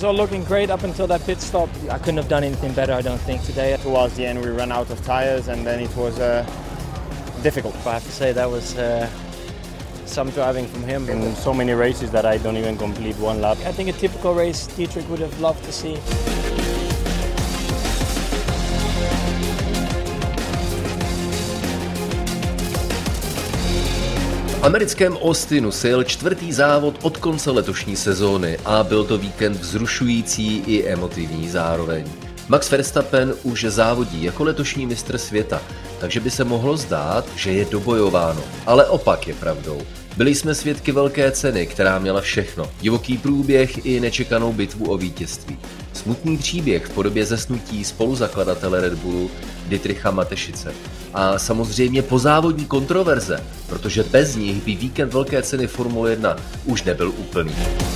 all looking great up until that pit stop. I couldn't have done anything better, I don't think, today. Towards the end we ran out of tires and then it was difficult. But I have to say that was some driving from him. In so many races that I don't even complete one lap. I think a typical race Dietrich would have loved to see. V americkém Austinu se jel čtvrtý závod od konce letošní sezóny a byl to víkend vzrušující i emotivní zároveň. Max Verstappen už závodí jako letošní mistr světa, takže by se mohlo zdát, že je dobojováno. Ale opak je pravdou. Byli jsme svědky velké ceny, která měla všechno. Divoký průběh i nečekanou bitvu o vítězství. Smutný příběh v podobě zesnutí spoluzakladatele Red Bullu Dietricha Mateschitze. A samozřejmě pozávodní kontroverze, protože bez nich by víkend velké ceny Formule 1 už nebyl úplný.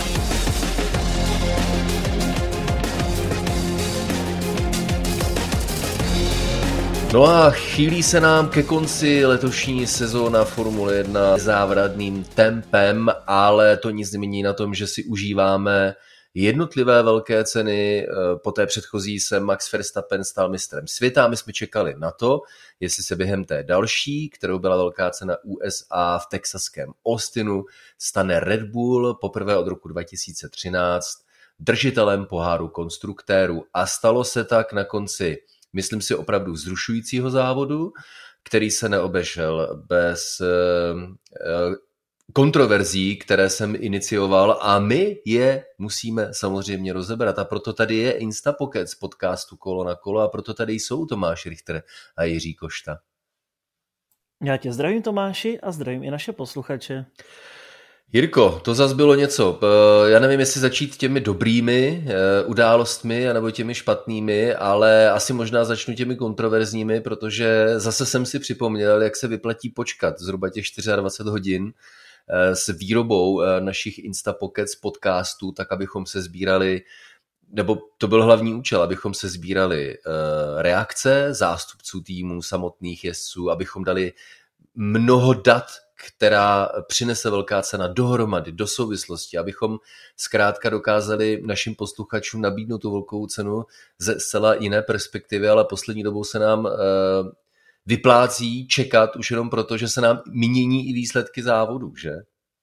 No a chýlí se nám ke konci letošní sezóna Formule 1 závratným tempem, ale to nic nemění na tom, že si užíváme jednotlivé velké ceny. Po té předchozí se Max Verstappen stal mistrem světa. My jsme čekali na to, jestli se během té další, kterou byla velká cena USA v texaském Austinu, stane Red Bull poprvé od roku 2013 držitelem poháru konstruktérů. A stalo se tak na konci, myslím si, opravdu vzrušujícího závodu, který se neobešel bez kontroverzí, které jsem inicioval a my je musíme samozřejmě rozebrat. A proto tady je Instapocket z podcastu Kolo na kolo a proto tady jsou Tomáš Richter a Jiří Košta. Já tě zdravím, Tomáši, a zdravím i naše posluchače. Jirko, to zas bylo něco. Já nevím, jestli začít těmi dobrými událostmi anebo těmi špatnými, ale asi možná začnu těmi kontroverzními, protože zase jsem si připomněl, jak se vyplatí počkat zhruba těch 24 hodin s výrobou našich Instapockets podcastů, tak abychom se sbírali, nebo to byl hlavní účel, abychom se sbírali reakce zástupců týmů, samotných jezdců, abychom dali mnoho dat, která přinese velká cena dohromady, do souvislosti, abychom zkrátka dokázali našim posluchačům nabídnout tu velkou cenu ze zcela jiné perspektivy, ale poslední dobou se nám vyplácí čekat už jenom proto, že se nám mění i výsledky závodů, že?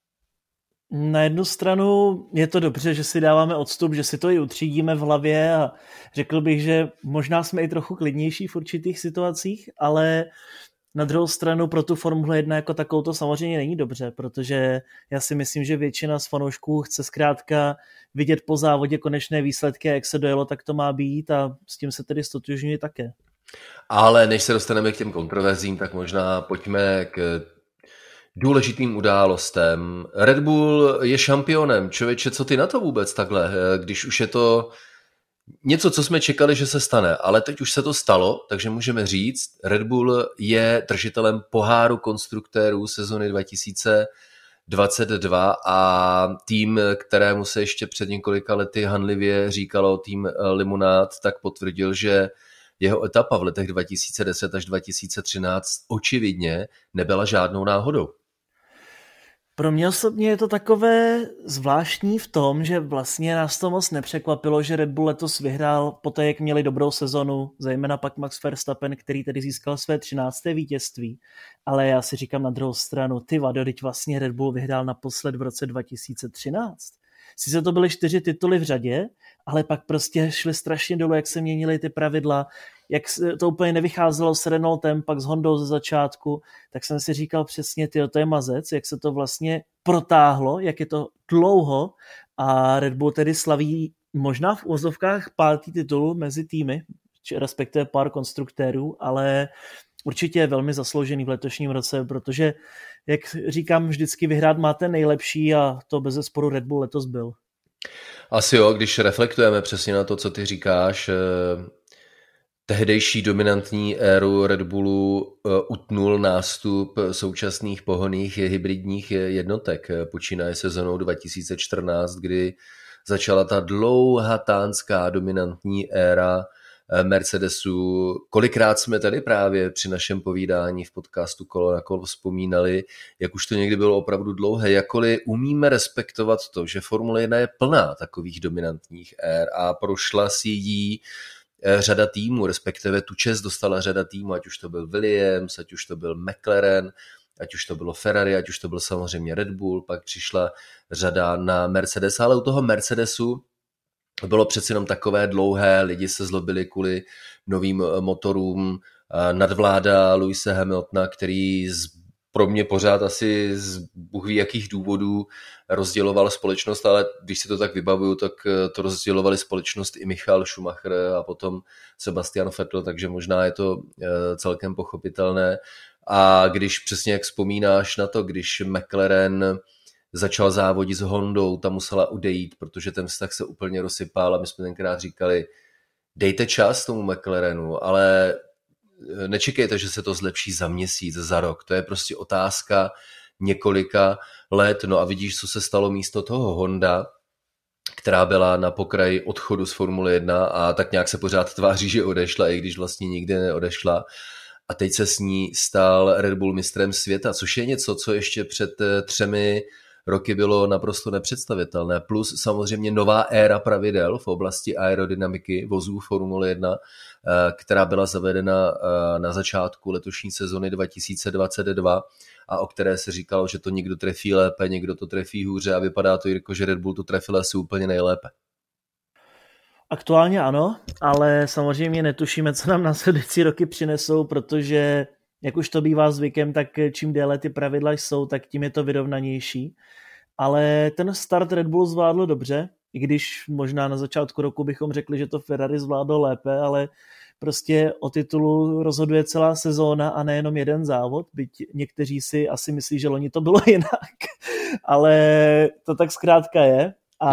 Na jednu stranu je to dobře, že si dáváme odstup, že si to i utřídíme v hlavě a řekl bych, že možná jsme i trochu klidnější v určitých situacích, ale na druhou stranu pro tu Formule 1 jako takovou to samozřejmě není dobře, protože já si myslím, že většina z fanoušků chce zkrátka vidět po závodě konečné výsledky a jak se dojelo, tak to má být a s tím se tedy stotožňuji také. Ale než se dostaneme k těm kontroverzím, tak možná pojďme k důležitým událostem. Red Bull je šampionem. Člověče, co ty na to vůbec takhle, když už je to něco, co jsme čekali, že se stane, ale teď už se to stalo, takže můžeme říct, Red Bull je držitelem poháru konstruktérů sezony 2022 a tým, kterému se ještě před několika lety hanlivě říkalo tým Limonád, tak potvrdil, že jeho etapa v letech 2010 až 2013 očividně nebyla žádnou náhodou. Pro mě osobně je to takové zvláštní v tom, že vlastně nás to moc nepřekvapilo, že Red Bull letos vyhrál poté, jak měli dobrou sezonu, zejména pak Max Verstappen, který tedy získal své 13. vítězství. Ale já si říkám na druhou stranu, ty vado, teď vlastně Red Bull vyhrál naposled v roce 2013. Sice to byly 4 tituly v řadě, ale pak prostě šly strašně dolů, jak se měnily ty pravidla, jak to úplně nevycházelo s Renaultem, pak s Hondou ze začátku, tak jsem si říkal přesně, to je mazec, jak se to vlastně protáhlo, jak je to dlouho a Red Bull tedy slaví možná v úvozovkách 5. titul mezi týmy, respektive pár konstruktérů, ale určitě je velmi zasloužený v letošním roce, protože, jak říkám, vždycky vyhrát má ten nejlepší a to bezesporu Red Bull letos byl. Asi jo, když reflektujeme přesně na to, co ty říkáš, tehdejší dominantní éru Red Bullu utnul nástup současných pohonných hybridních jednotek. Počínaje sezonou 2014, kdy začala ta dlouhatánská dominantní éra Mercedesu. Kolikrát jsme tady právě při našem povídání v podcastu Kolo na kolo vzpomínali, jak už to někdy bylo opravdu dlouhé, jakkoliv umíme respektovat to, že Formule 1 je plná takových dominantních ér a prošla si jí řada týmů, respektive tu čest dostala řada týmů, ať už to byl Williams, ať už to byl McLaren, ať už to bylo Ferrari, ať už to byl samozřejmě Red Bull, pak přišla řada na Mercedes, ale u toho Mercedesu bylo přeci jenom takové dlouhé, lidi se zlobili kvůli novým motorům, nadvláda Lewise Hamiltona, který pro mě pořád asi z bůh ví jakých důvodů rozděloval společnost, ale když si to tak vybavuju, tak to rozdělovali společnost i Michael Schumacher a potom Sebastian Vettel, takže možná je to celkem pochopitelné. A když přesně jak vzpomínáš na to, když McLaren začal závodit s Hondou, ta musela odejít, protože ten vztah se úplně rozsypal a my jsme tenkrát říkali, dejte čas tomu McLarenu, ale nečekejte, že se to zlepší za měsíc, za rok. To je prostě otázka několika let. No a vidíš, co se stalo místo toho. Honda, která byla na pokraji odchodu z Formule 1 a tak nějak se pořád tváří, že odešla, i když vlastně nikdy neodešla. A teď se s ní stal Red Bull mistrem světa, což je něco, co ještě před 3 roky bylo naprosto nepředstavitelné. Plus samozřejmě nová éra pravidel v oblasti aerodynamiky vozů Formule 1, která byla zavedena na začátku letošní sezony 2022 a o které se říkalo, že to někdo trefí lépe, někdo to trefí hůře a vypadá to, Jirko, že Red Bull to trefil asi úplně nejlépe. Aktuálně ano, ale samozřejmě netušíme, co nám následující roky přinesou, protože jak už to bývá zvykem, tak čím déle ty pravidla jsou, tak tím je to vyrovnanější. Ale ten start Red Bull zvládl dobře, i když možná na začátku roku bychom řekli, že to Ferrari zvládlo lépe, ale prostě o titulu rozhoduje celá sezóna a nejenom jeden závod, byť někteří si asi myslí, že loni to bylo jinak, ale to tak zkrátka je.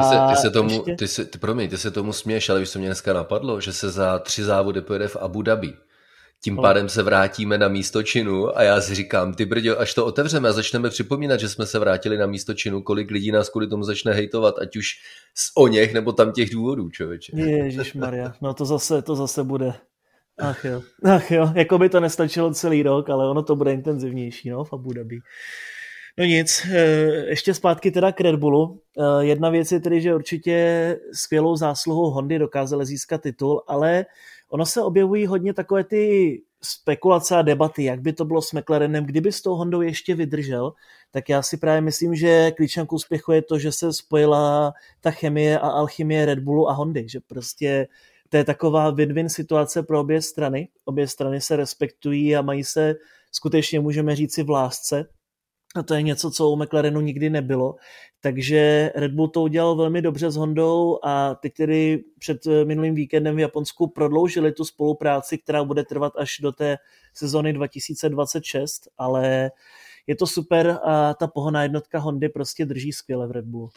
Ty se tomu směješ, ale víš, co mě dneska napadlo, že se za 3 závody pojede v Abu Dhabi. Tím pádem se vrátíme na místo činu a já si říkám, ty brďo, až to otevřeme a začneme připomínat, že jsme se vrátili na místo činu, kolik lidí nás kvůli tomu začne hejtovat, ať už o něch nebo tam těch důvodů, člověče. Ježišmarja, no to zase bude. Ach jo, jako by to nestačilo celý rok, ale ono to bude intenzivnější, no, v Abu Dhabi. No nic, ještě zpátky teda k Red Bullu. Jedna věc je tedy, že určitě skvělou zásluhou Hondy dokázali získat titul, ale ono se objevují hodně takové ty spekulace a debaty, jak by to bylo s McLarenem, kdyby s tou Hondou ještě vydržel, tak já si právě myslím, že klíčem k úspěchu je to, že se spojila ta chemie a alchymie Red Bullu a Hondy, že prostě to je taková win-win situace pro obě strany. Obě strany se respektují a mají se, skutečně můžeme říci, v lásce. A to je něco, co u McLarenu nikdy nebylo. Takže Red Bull to udělal velmi dobře s Hondou a teď tedy před minulým víkendem v Japonsku prodloužili tu spolupráci, která bude trvat až do té sezony 2026, ale je to super a ta pohonná jednotka Hondy prostě drží skvěle v Red Bullu.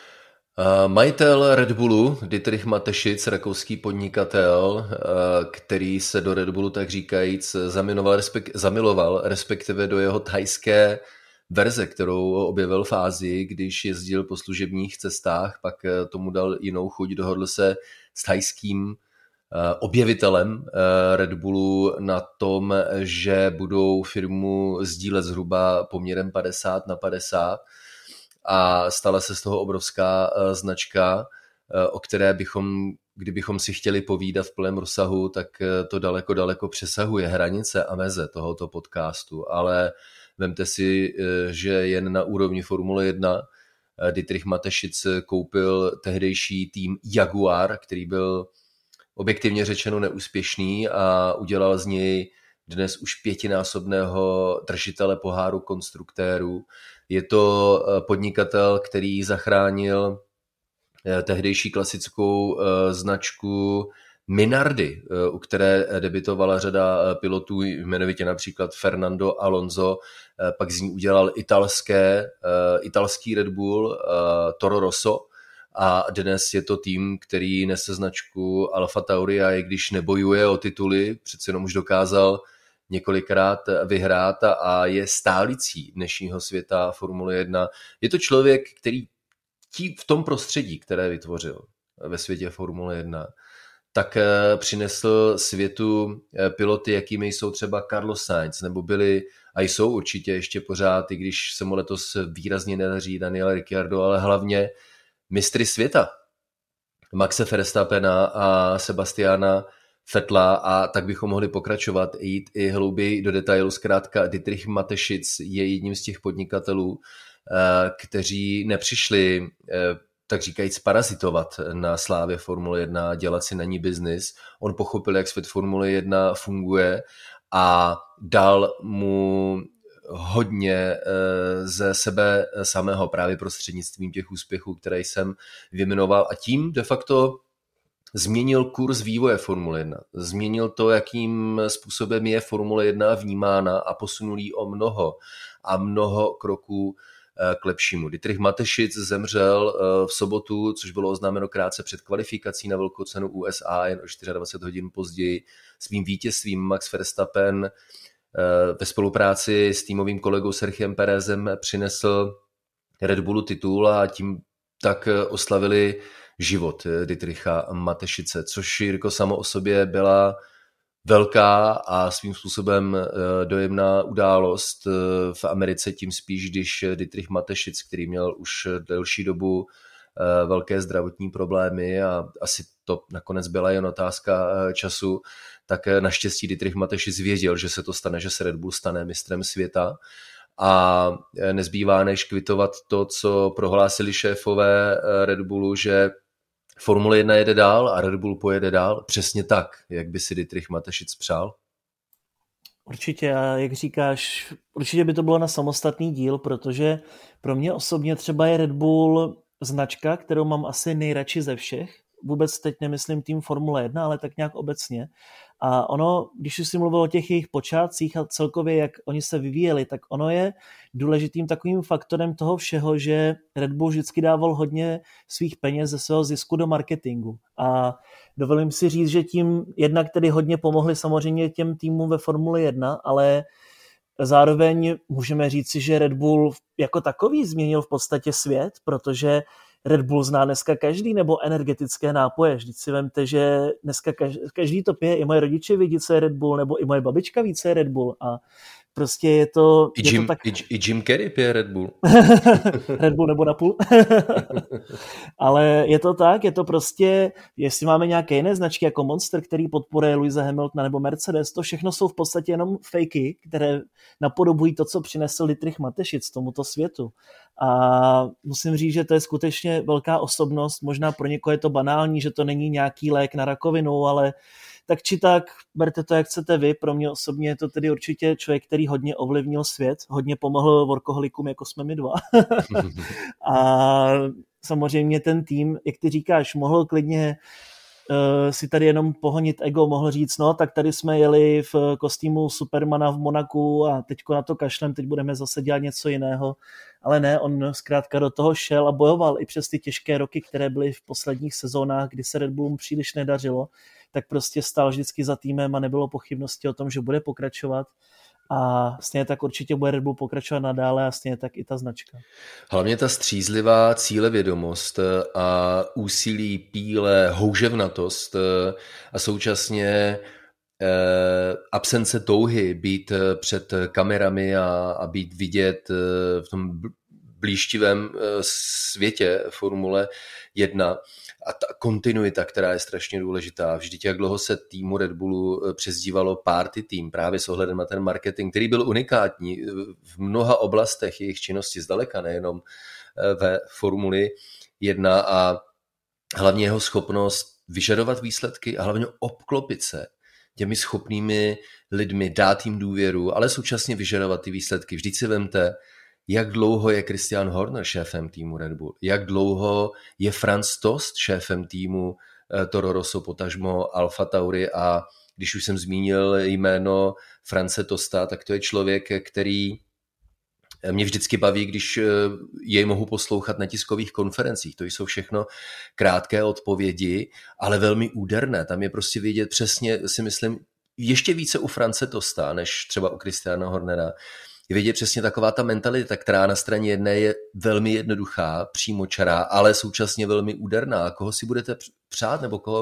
Majitel Red Bullu, Dietrich Mateschitz, rakouský podnikatel, který se do Red Bullu tak říkajíc zamiloval, respektive do jeho thajské verze, kterou objevil v Ázii, když jezdil po služebních cestách, pak tomu dal jinou chuť, dohodl se s thajským objevitelem Red Bullu na tom, že budou firmu sdílet zhruba poměrem 50/50 a stala se z toho obrovská značka, o které kdybychom si chtěli povídat v plném rozsahu, tak to daleko přesahuje hranice a meze tohoto podcastu, ale vemte si, že jen na úrovni Formule 1 Dietrich Mateschitz koupil tehdejší tým Jaguar, který byl objektivně řečeno neúspěšný a udělal z něj dnes už 5násobného držitele poháru konstruktérů. Je to podnikatel, který zachránil tehdejší klasickou značku Minardi, u které debitovala řada pilotů, jmenovitě například Fernando Alonso, pak z ní udělal italský Red Bull Toro Rosso a dnes je to tým, který nese značku Alfa Tauri a i když nebojuje o tituly, přece jenom už dokázal několikrát vyhrát a je stálicí dnešního světa Formule 1. Je to člověk, který v tom prostředí, které vytvořil ve světě Formule 1, tak přinesl světu piloty, jakými jsou třeba Carlos Sainz, nebo byli a jsou určitě ještě pořád, i když se mu letos výrazně nedaří Daniel Ricciardo, ale hlavně mistry světa. Maxe Verstappena a Sebastiana Vettela, a tak bychom mohli pokračovat, jít i hlouběji do detailu. Zkrátka Dietrich Mateschitz je jedním z těch podnikatelů, kteří nepřišli tak říkajíc parazitovat na slávě Formule 1, dělat si na ní biznis. On pochopil, jak svět Formule 1 funguje a dal mu hodně ze sebe samého právě prostřednictvím těch úspěchů, které jsem vyjmenoval, a tím de facto změnil kurz vývoje Formule 1. Změnil to, jakým způsobem je Formule 1 vnímána, a posunul ji o mnoho kroků k lepšímu. Dietrich Mateschitz zemřel v sobotu, což bylo oznámeno krátce před kvalifikací na velkou cenu USA, jen o 24 hodin později. Svým vítězstvím Max Verstappen ve spolupráci s týmovým kolegou Sergiem Pérezem přinesl Red Bullu titul a tím tak oslavili život Dietricha Mateschitze, což, Jirko, samo o sobě byla velká a svým způsobem dojemná událost v Americe, tím spíš, když Dietrich Mateschitz, který měl už delší dobu velké zdravotní problémy a asi to nakonec byla jen otázka času, tak naštěstí Dietrich Mateschitz věděl, že se to stane, že se Red Bull stane mistrem světa, a nezbývá než kvitovat to, co prohlásili šéfové Red Bullu, že Formule 1 jede dál a Red Bull pojede dál přesně tak, jak by si Dietrich Mateschitz přál. Určitě, a jak říkáš, určitě by to bylo na samostatný díl, protože pro mě osobně třeba je Red Bull značka, kterou mám asi nejradši ze všech. Vůbec teď nemyslím tým Formule 1, ale tak nějak obecně. A ono, když jsi mluvil o těch jejich počátcích a celkově, jak oni se vyvíjeli, tak ono je důležitým takovým faktorem toho všeho, že Red Bull vždycky dával hodně svých peněz ze svého zisku do marketingu. A dovolím si říct, že tím jednak tedy hodně pomohli samozřejmě těm týmům ve Formule 1, ale zároveň můžeme říci, že Red Bull jako takový změnil v podstatě svět, protože Red Bull zná dneska každý, nebo energetické nápoje. Vždyť si vemte, že dneska každý to pije, i moje rodiče vidí, co je Red Bull, nebo i moje babička ví, co je Red Bull. A prostě je to... I Jim Carrey pije Red Bull. Red Bull nebo napůl. Ale je to tak, je to prostě, jestli máme nějaké jiné značky jako Monster, který podporuje Lewise Hamiltona nebo Mercedes, to všechno jsou v podstatě jenom fakey, které napodobují to, co přinesl Dietrich Mateschitz tomuto světu. A musím říct, že to je skutečně velká osobnost, možná pro někoho je to banální, že to není nějaký lék na rakovinu, ale tak či tak, berte to, jak chcete vy. Pro mě osobně je to tedy určitě člověk, který hodně ovlivnil svět, hodně pomohl workoholikům, jako jsme my dva. A samozřejmě ten tým, jak ty říkáš, mohl klidně si tady jenom pohonit ego, mohl říct, no tak tady jsme jeli v kostýmu Supermana v Monaku a teďko na to kašlem, teď budeme zase dělat něco jiného. Ale ne, on zkrátka do toho šel a bojoval i přes ty těžké roky, které byly v posledních sezónách, kdy se Red Bullům příliš nedařilo, tak prostě stál vždycky za týmem a nebylo pochybnosti o tom, že bude pokračovat. A stejně tak určitě bude Red Bull pokračovat nadále a stejně tak i ta značka. Hlavně ta střízlivá cílevědomost a úsilí, píle, houževnatost a současně absence touhy být před kamerami a být vidět v tom blížtivém světě Formule 1 a ta kontinuita, která je strašně důležitá. Vždyť jak dlouho se týmu Red Bullu přezdívalo party tým právě s ohledem na ten marketing, který byl unikátní v mnoha oblastech jejich činnosti, zdaleka nejenom ve Formuli 1, a hlavně jeho schopnost vyžadovat výsledky a hlavně obklopit se těmi schopnými lidmi, dát jim důvěru, ale současně vyžadovat ty výsledky. Vždyť si vemte, jak dlouho je Christian Horner šéfem týmu Red Bull, jak dlouho je Franz Tost šéfem týmu Toro Rosso, potažmo Alfa Tauri, a když už jsem zmínil jméno France Tosta, tak to je člověk, který mě vždycky baví, když jej mohu poslouchat na tiskových konferencích. To jsou všechno krátké odpovědi, ale velmi úderné. Tam je prostě vidět přesně, si myslím, ještě více u France Tosta, než třeba u Christiana Hornera. Je vidět přesně taková ta mentalita, která na straně jedné je velmi jednoduchá, přímočará, ale současně velmi úderná. Koho si budete přát, nebo koho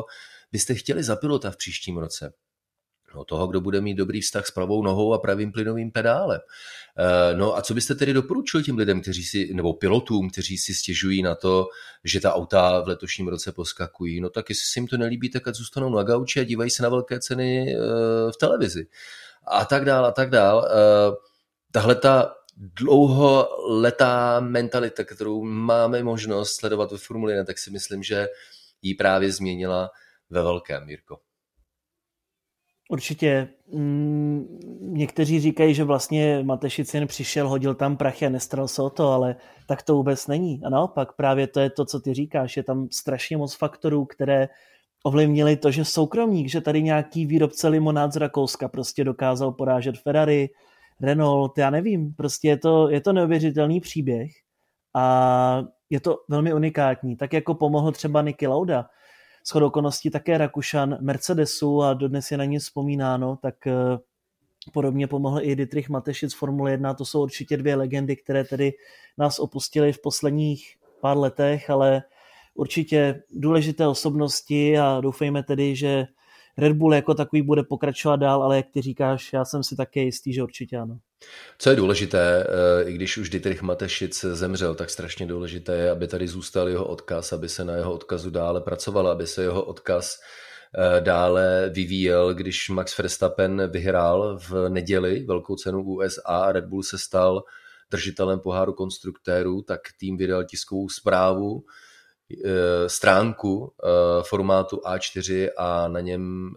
byste chtěli za pilota v příštím roce? No, toho, kdo bude mít dobrý vztah s pravou nohou a pravým plynovým pedálem. No a co byste tedy doporučili těm lidem, nebo pilotům, kteří si stěžují na to, že ta auta v letošním roce poskakují? No tak jestli se jim to nelíbí, tak ať zůstanou na gauči a dívají se na velké ceny v televizi. A tak dál, a tak dál. Tahle ta dlouholetá mentalita, kterou máme možnost sledovat ve Formuli 1, tak si myslím, že ji právě změnila ve velkém, Jirko. Určitě. Někteří říkají, že vlastně Matešic jen přišel, hodil tam prachy a nestaral se o to, ale tak to vůbec není. A naopak právě to je to, co ty říkáš. Je tam strašně moc faktorů, které ovlivnili to, že soukromník, že tady nějaký výrobce limonád z Rakouska prostě dokázal porážet Ferrari, Renault, já nevím, prostě je to neuvěřitelný příběh a je to velmi unikátní. Tak jako pomohl třeba Niki Lauda, shodou okolností také Rakušan Mercedesu a dodnes je na ně vzpomínáno, tak podobně pomohl i Dietrich Mateschitz z Formule 1. To jsou určitě dvě legendy, které tedy nás opustily v posledních pár letech, ale určitě důležité osobnosti a doufejme tedy, že Red Bull jako takový bude pokračovat dál, ale jak ty říkáš, já jsem si také jistý, že určitě ano. Co je důležité, i když už Dietrich Mateschitz zemřel, tak strašně důležité je, aby tady zůstal jeho odkaz, aby se na jeho odkazu dále pracovalo, aby se jeho odkaz dále vyvíjel. Když Max Verstappen vyhrál v neděli velkou cenu USA a Red Bull se stal držitelem poháru konstruktérů, tak tým vydal tiskovou zprávu, stránku formátu A4 a na něm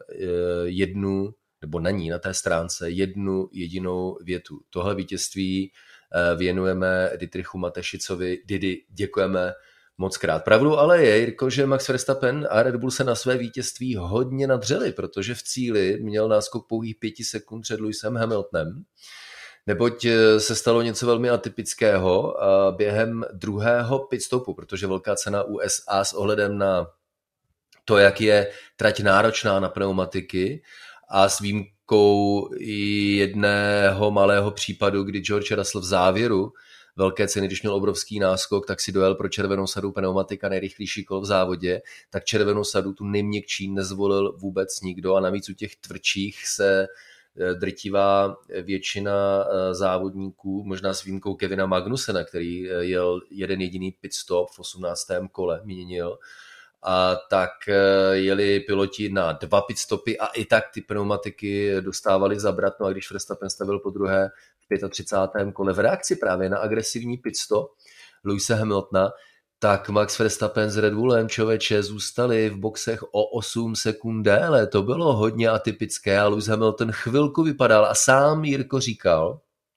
na té stránce jednu jedinou větu. Tohle vítězství věnujeme Dietrichu Mateschitzovi. Didi, děkujeme moc krát. Pravdou ale je, Jirko, že Max Verstappen a Red Bull se na své vítězství hodně nadřeli, protože v cíli měl náskok pouhých 5 sekund před Lewisem Hamiltonem, neboť se stalo něco velmi atypického během druhého pitstopu, protože velká cena USA s ohledem na to, jak je trať náročná na pneumatiky a s výjimkou jedného malého případu, kdy George Russell v závěru velké ceny, když měl obrovský náskok, tak si dojel pro červenou sadu pneumatika nejrychlejší kolo v závodě, tak červenou sadu tu nejměkčí nezvolil vůbec nikdo a navíc u těch tvrdších se drtivá většina závodníků, možná s výjimkou Kevina Magnusena, který jel jeden jediný pitstop v 18. kole, měnil, a tak jeli piloti na 2 pitstopy a i tak ty pneumatiky dostávali zabrat. No a když Verstappen stavil po druhé v 35. kole v reakci právě na agresivní pitstop Lewise Hamiltona, tak Max Verstappen s Red Bullem, člověče, zůstali v boxech o 8 sekund déle. To bylo hodně atypické a Lewis Hamilton chvilku vypadal a sám Jirko říkal,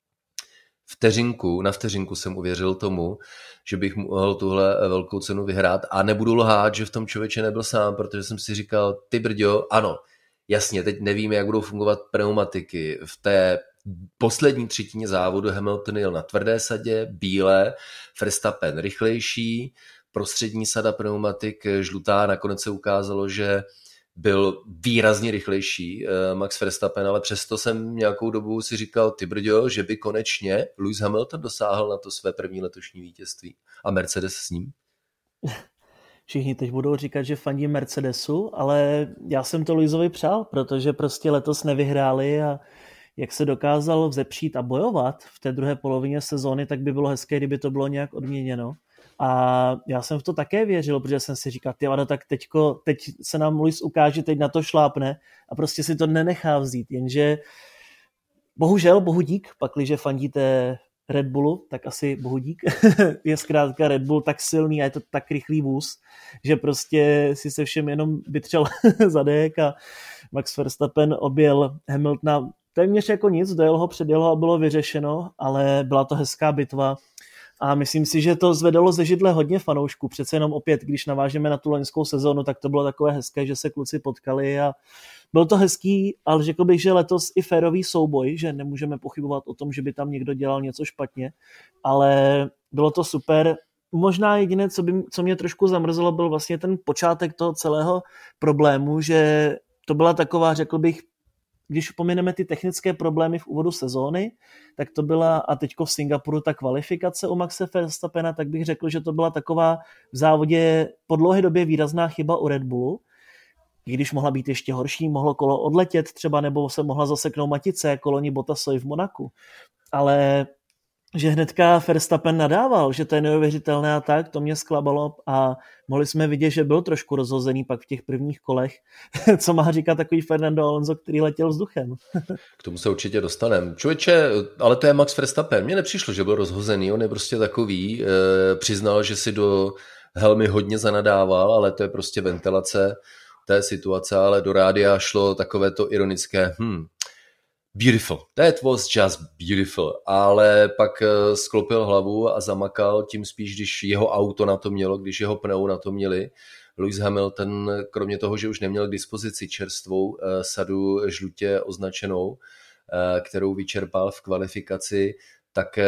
na vteřinku jsem uvěřil tomu, že bych mohl tuhle velkou cenu vyhrát a nebudu lhát, že v tom člověče nebyl sám, protože jsem si říkal, ty brďo, ano, jasně, teď nevíme, jak budou fungovat pneumatiky. V té poslední třetině závodu Hamilton jel na tvrdé sadě, bílé, Verstappen rychlejší, prostřední sada pneumatik žlutá, nakonec se ukázalo, že byl výrazně rychlejší Max Verstappen, ale přesto jsem nějakou dobu si říkal, ty brďo, že by konečně Lewis Hamilton dosáhl na to své první letošní vítězství a Mercedes s ním. Všichni teď budou říkat, že fandím Mercedesu, ale já jsem to Lewisovi přál, protože prostě letos nevyhráli a jak se dokázal vzepřít a bojovat v té druhé polovině sezóny, tak by bylo hezké, kdyby to bylo nějak odměněno. A já jsem v to také věřil, protože jsem si říkal, tak teď se nám Lewis ukáže, teď na to šlápne a prostě si to nenechá vzít, jenže bohužel, bohu dík, pakliže fandíte Red Bullu, tak asi bohu dík, je zkrátka Red Bull tak silný a je to tak rychlý vůz, že prostě si se všem jenom vytřel zadek a Max Verstappen objel Hamiltona téměř jako nic, dojel ho, předjel ho a bylo vyřešeno, ale byla to hezká bitva. A myslím si, že to zvedalo ze židle hodně fanoušků. Přece jenom opět, když navážeme na tu loňskou sezónu, tak to bylo takové hezké, že se kluci potkali a byl to hezký, ale řekl bych, že letos i férový souboj, že nemůžeme pochybovat o tom, že by tam někdo dělal něco špatně, ale bylo to super. Možná jediné, co mě trošku zamrzelo, byl vlastně ten počátek toho celého problému, že to byla taková, řekl bych, když pomineme ty technické problémy v úvodu sezóny, tak to byla, a teďko v Singapuru ta kvalifikace u Maxe Verstappena, tak bych řekl, že to byla taková v závodě po dlouhé době výrazná chyba u Red Bullu. i když mohla být ještě horší, mohlo kolo odletět třeba, nebo se mohla zaseknout matice, jako loni Bottasovi v Monaku. Ale že hnedka Verstappen nadával, že to je neuvěřitelné a tak, to mě zklabalo a mohli jsme vidět, že byl trošku rozhozený pak v těch prvních kolech, co má říkat takový Fernando Alonso, který letěl vzduchem. K tomu se určitě dostaneme. Člověče, ale to je Max Verstappen. Mně nepřišlo, že byl rozhozený, on je prostě takový, přiznal, že si do helmy hodně zanadával, ale to je prostě ventilace té situace, ale do rádia šlo takové to ironické beautiful, that was just beautiful, ale pak sklopil hlavu a zamakal, tím spíš, když jeho auto na to mělo, když jeho pneu na to měli. Lewis Hamilton, kromě toho, že už neměl k dispozici čerstvou sadu žlutě označenou, kterou vyčerpal v kvalifikaci, tak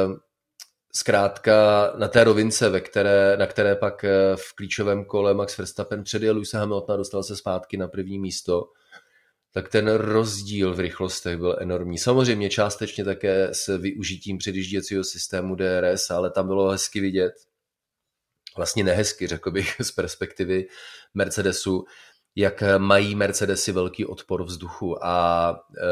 zkrátka na té rovince, na které pak v klíčovém kole Max Verstappen předjel Lewise Hamiltona a dostal se zpátky na první místo, tak ten rozdíl v rychlostech byl enormní. Samozřejmě částečně také s využitím předjížděcího systému DRS, ale tam bylo hezky vidět, vlastně nehezky, řekl bych, z perspektivy Mercedesu, jak mají Mercedesy velký odpor vzduchu a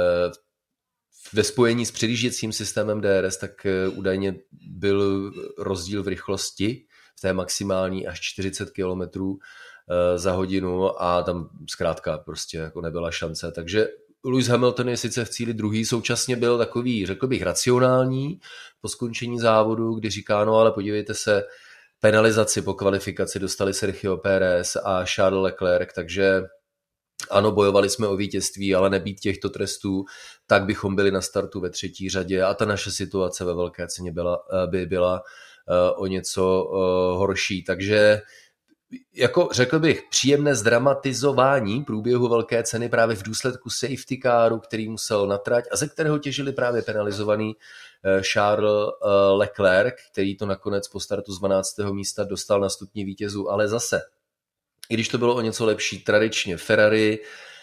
ve spojení s předjížděcím systémem DRS tak údajně byl rozdíl v rychlosti v té maximální až 40 km za hodinu a tam zkrátka prostě jako nebyla šance. Takže Lewis Hamilton je sice v cíli druhý, současně byl takový, řekl bych, racionální po skončení závodu, kdy říká, no ale podívejte se, penalizaci po kvalifikaci dostali Sergio Pérez a Charles Leclerc, takže ano, bojovali jsme o vítězství, ale nebýt těchto trestů, tak bychom byli na startu ve třetí řadě a ta naše situace ve velké ceně by byla o něco horší. Takže jako řekl bych, příjemné zdramatizování průběhu velké ceny právě v důsledku safety caru, který musel na trať a ze kterého těžili právě penalizovaný Charles Leclerc, který to nakonec po startu z 12. místa dostal na stupni vítězů, ale zase, i když to bylo o něco lepší, tradičně Ferrari,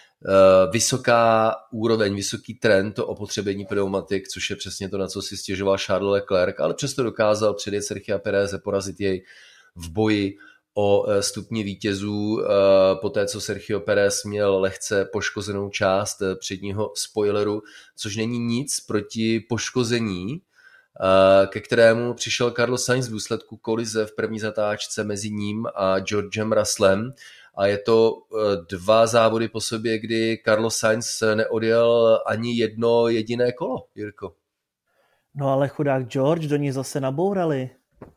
vysoká úroveň, vysoký trend, to opotřebení pneumatik, což je přesně to, na co si stěžoval Charles Leclerc, ale přesto dokázal předjet Sergia Péreze, porazit jej v boji o stupni vítězů, poté co Sergio Pérez měl lehce poškozenou část předního spoileru, což není nic proti poškození, ke kterému přišel Carlos Sainz v důsledku kolize v první zatáčce mezi ním a Georgem Russellem. A je to 2 závody po sobě, kdy Carlos Sainz neodjel ani jedno jediné kolo, Jirko. No ale chudák George, do ní zase nabourali.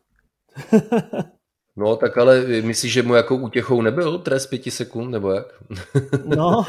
No, tak ale myslíš, že mu jako útěchou nebyl trest 5 sekund, nebo jak? No,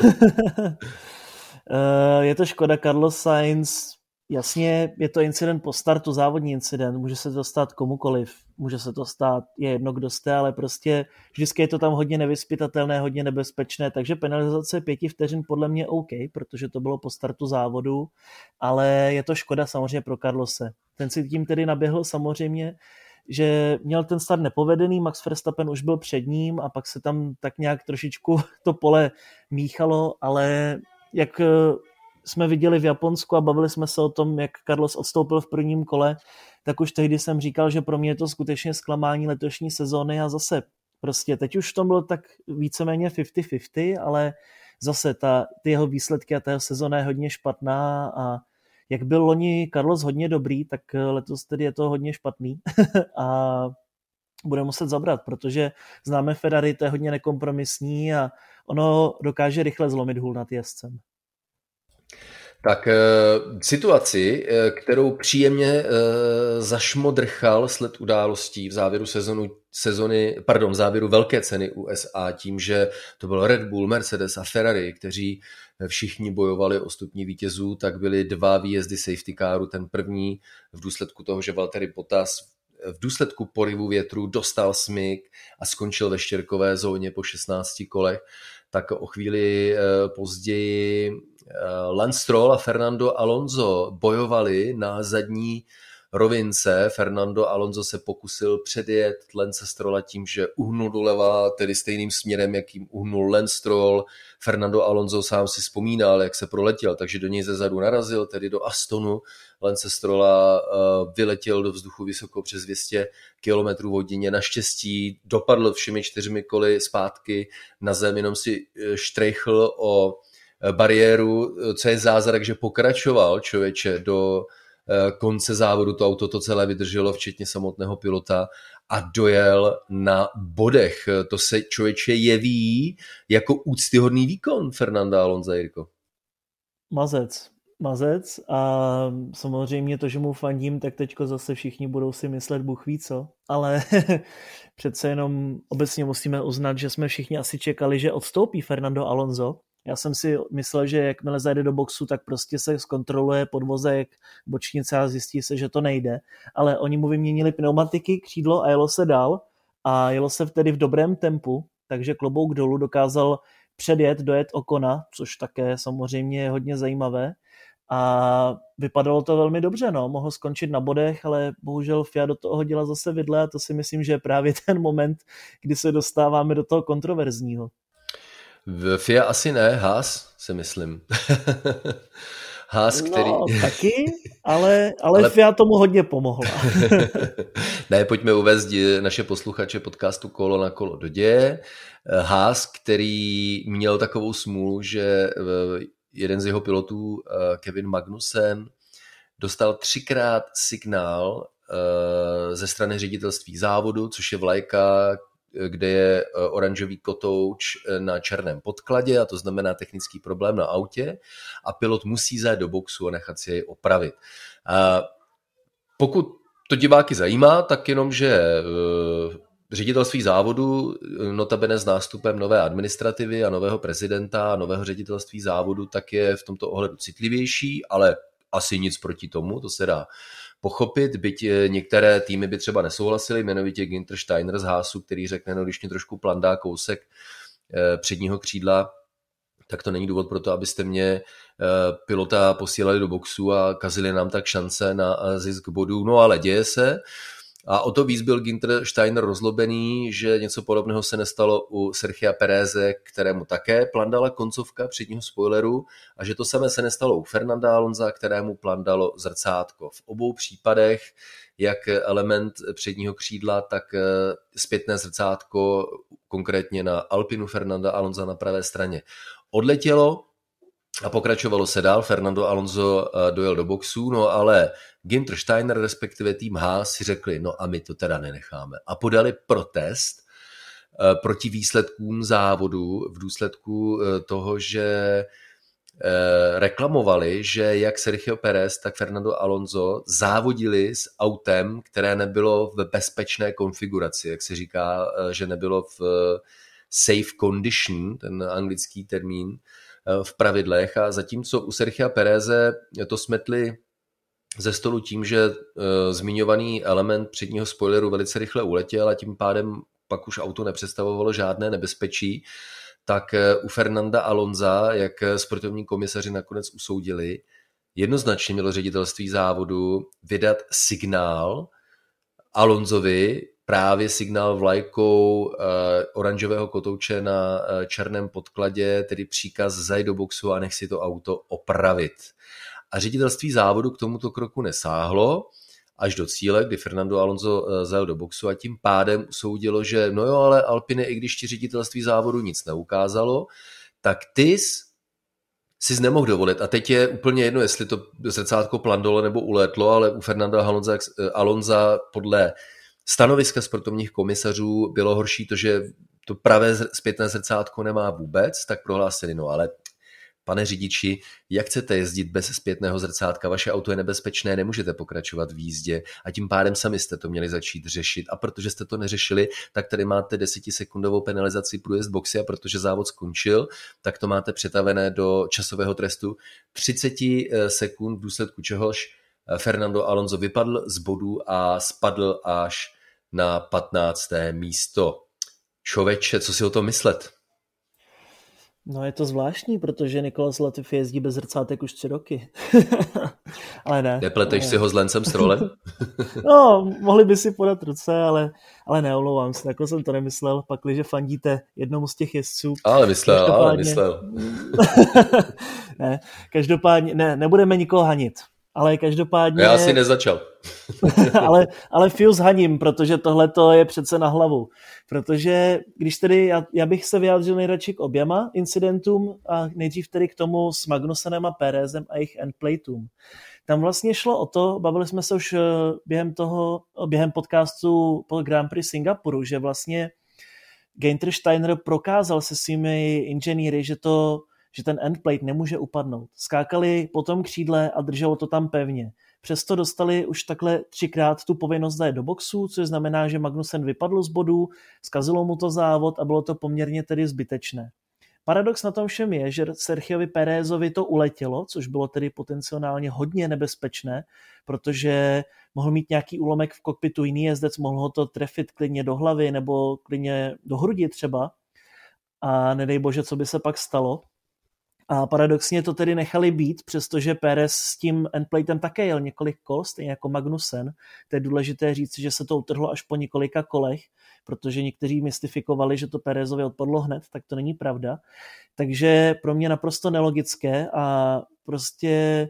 je to škoda, Carlos Sainz, jasně, je to incident po startu, závodní incident, může se to stát komukoliv, může se to stát, je jedno, kdo jste, ale prostě vždycky je to tam hodně nevyzpytatelné, hodně nebezpečné, takže penalizace 5 vteřin podle mě OK, protože to bylo po startu závodu, ale je to škoda samozřejmě pro Carlose. Ten si tím tedy naběhl samozřejmě, že měl ten start nepovedený, Max Verstappen už byl před ním a pak se tam tak nějak trošičku to pole míchalo, ale jak jsme viděli v Japonsku a bavili jsme se o tom, jak Carlos odstoupil v prvním kole, tak už tehdy jsem říkal, že pro mě je to skutečně zklamání letošní sezóny a zase prostě teď už to bylo tak víceméně 50-50, ale zase ty jeho výsledky a ta jeho sezóna je hodně špatná a jak byl loni Carlos hodně dobrý, tak letos tedy je to hodně špatný a bude muset zabrat, protože známe Ferrari, to je hodně nekompromisní a ono dokáže rychle zlomit hůl nad jezdcem. Tak situaci, kterou příjemně zašmodrchal sled událostí v závěru v závěru velké ceny USA tím, že to byl Red Bull, Mercedes a Ferrari, kteří všichni bojovali o stupni vítězů, tak byly 2 výjezdy safety caru. Ten první v důsledku toho, že Valtteri Bottas v důsledku poryvu větru dostal smyk a skončil ve štěrkové zóně po 16 kolech, tak o chvíli později Lance Stroll a Fernando Alonso bojovali na zadní rovince Fernando Alonso se pokusil předjet Lance Strolla tím, že uhnul doleva, tedy stejným směrem, jakým uhnul Lance Stroll. Fernando Alonso sám si vzpomínal, jak se proletěl, takže do něj zezadu narazil, tedy do Astonu. Lance Strolla vyletěl do vzduchu vysoko přes 200 km hodině. Naštěstí dopadl všemi 4 koly zpátky na zem, jenom si štrejchl o bariéru, co je zázrak, že pokračoval člověče do konce závodu, to auto to celé vydrželo, včetně samotného pilota, a dojel na bodech. To se člověče jeví jako úctyhodný výkon Fernanda Alonsa, Jirko. Mazec a samozřejmě to, že mu fandím, tak teďko zase všichni budou si myslet Bůh ví co, ale přece jenom obecně musíme uznat, že jsme všichni asi čekali, že odstoupí Fernando Alonso. Já jsem si myslel, že jakmile zajde do boxu, tak prostě se zkontroluje podvozek, bočnice a zjistí se, že to nejde. Ale oni mu vyměnili pneumatiky, křídlo a jelo se dál. A jelo se tedy v dobrém tempu, takže klobouk dolů, dokázal dojet Ocona, což také samozřejmě je hodně zajímavé. A vypadalo to velmi dobře, no. Mohl skončit na bodech, ale bohužel FIA do toho hodila zase vidle a to si myslím, že je právě ten moment, kdy se dostáváme do toho kontroverzního. V FIA asi ne, Haas, si myslím. Haas, který... No, taky, ale FIA tomu hodně pomohla. Ne, pojďme uvést naše posluchače podcastu Kolo na kolo do děje. Haas, který měl takovou smůlu, že jeden z jeho pilotů, Kevin Magnussen, dostal 3krát signál ze strany ředitelství závodu, což je vlajka, kde je oranžový kotouč na černém podkladě, a to znamená technický problém na autě, a pilot musí zajít do boxu a nechat si jej opravit. Pokud to diváky zajímá, tak jenom, že ředitelství závodu, notabene s nástupem nové administrativy a nového prezidenta a nového ředitelství závodu, tak je v tomto ohledu citlivější, ale asi nic proti tomu, to se dá pochopit, byť některé týmy by třeba nesouhlasily, jmenovitě Günther Steiner z Haasu, který řekne, no když mě trošku plandá kousek předního křídla, tak to není důvod pro to, abyste mě pilota posílali do boxu a kazili nám tak šance na zisk bodů, no ale děje se. A o to víc byl Günther Steiner rozlobený, že něco podobného se nestalo u Sergia Pereze, kterému také plandala koncovka předního spoileru, a že to samé se nestalo u Fernanda Alonsa, kterému plandalo zrcátko. V obou případech, jak element předního křídla, tak zpětné zrcátko, konkrétně na Alpinu Fernanda Alonsa na pravé straně, odletělo a pokračovalo se dál. Fernando Alonso dojel do boxu, no ale Günther Steiner, respektive tým Haas, si řekli, no a my to teda nenecháme. A podali protest proti výsledkům závodu v důsledku toho, že reklamovali, že jak Sergio Pérez, tak Fernando Alonso závodili s autem, které nebylo v bezpečné konfiguraci, jak se říká, že nebylo v safe condition, ten anglický termín, v pravidlech, a zatímco u Sergia Péreze to smetli ze stolu tím, že zmiňovaný element předního spoileru velice rychle uletěl a tím pádem pak už auto nepředstavovalo žádné nebezpečí, tak u Fernanda Alonsa, jak sportovní komisaři nakonec usoudili, jednoznačně mělo ředitelství závodu vydat signál Alonsovi, právě signál vlajkou oranžového kotouče na černém podkladě, tedy příkaz zajít do boxu a nech si to auto opravit. A ředitelství závodu k tomuto kroku nesáhlo až do cíle, kdy Fernando Alonso zajel do boxu, a tím pádem usoudilo, že no jo, ale Alpine, i když ti ředitelství závodu nic neukázalo, tak ty si nemohl dovolit. A teď je úplně jedno, jestli to zrcátko plandolo nebo ulétlo, ale u Fernanda Alonsa podle stanoviska sportovních komisařů bylo horší to, že to pravé zpětné zrcátko nemá vůbec, tak prohlásili, no ale pane řidiči, jak chcete jezdit bez zpětného zrcátka, vaše auto je nebezpečné, nemůžete pokračovat v jízdě, a tím pádem sami jste to měli začít řešit, a protože jste to neřešili, tak tady máte 10sekundovou penalizaci průjezd boxy, a protože závod skončil, tak to máte přetavené do časového trestu 30 sekund, v důsledku čehož Fernando Alonso vypadl z bodů a spadl až na 15. místo. Člověče, co si o tom myslet? No je to zvláštní, protože Nicolas Latifi jezdí bez zrcátek už 3 roky. Ale ne. Nepleteš si ho s Lencem Strollem? No, mohli by si podat ruce, ale neomlouvám se, takhle jsem to nemyslel, pakliže fandíte jednomu z těch jezdců. Ale myslel. Ne, každopádně, nebudeme nikoho hanit. Ale každopádně... Já si nezačal. ale Fius haním, protože tohle je přece na hlavu. Protože když tedy, já bych se vyjádřil nejradši k oběma incidentům a nejdřív tedy k tomu s Magnusenem a Pérezem a jejich endplateům. Tam vlastně šlo o to, bavili jsme se už během podcastu po Grand Prix Singapuru, že vlastně Günther Steiner prokázal se svými inženýry, že ten endplate nemůže upadnout. Skákali po tom křídle a drželo to tam pevně. Přesto dostali už takhle 3krát tu povinnost zajet do boxu, což znamená, že Magnussen vypadl z bodů, zkazilo mu to závod a bylo to poměrně tedy zbytečné. Paradox na tom všem je, že Sergiovi Pérezovi to uletělo, což bylo tedy potenciálně hodně nebezpečné, protože mohl mít nějaký úlomek v kokpitu jiný jezdec, mohl ho to trefit klidně do hlavy nebo klidně do hrudi třeba a nedej bože, co by se pak stalo. A paradoxně to tedy nechali být, přestože Pérez s tím endplatem také jel několik kol, stejně jako Magnussen. To je důležité říct, že se to utrhlo až po několika kolech, protože někteří mystifikovali, že to Pérezovi odpadlo hned, tak to není pravda. Takže pro mě naprosto nelogické a prostě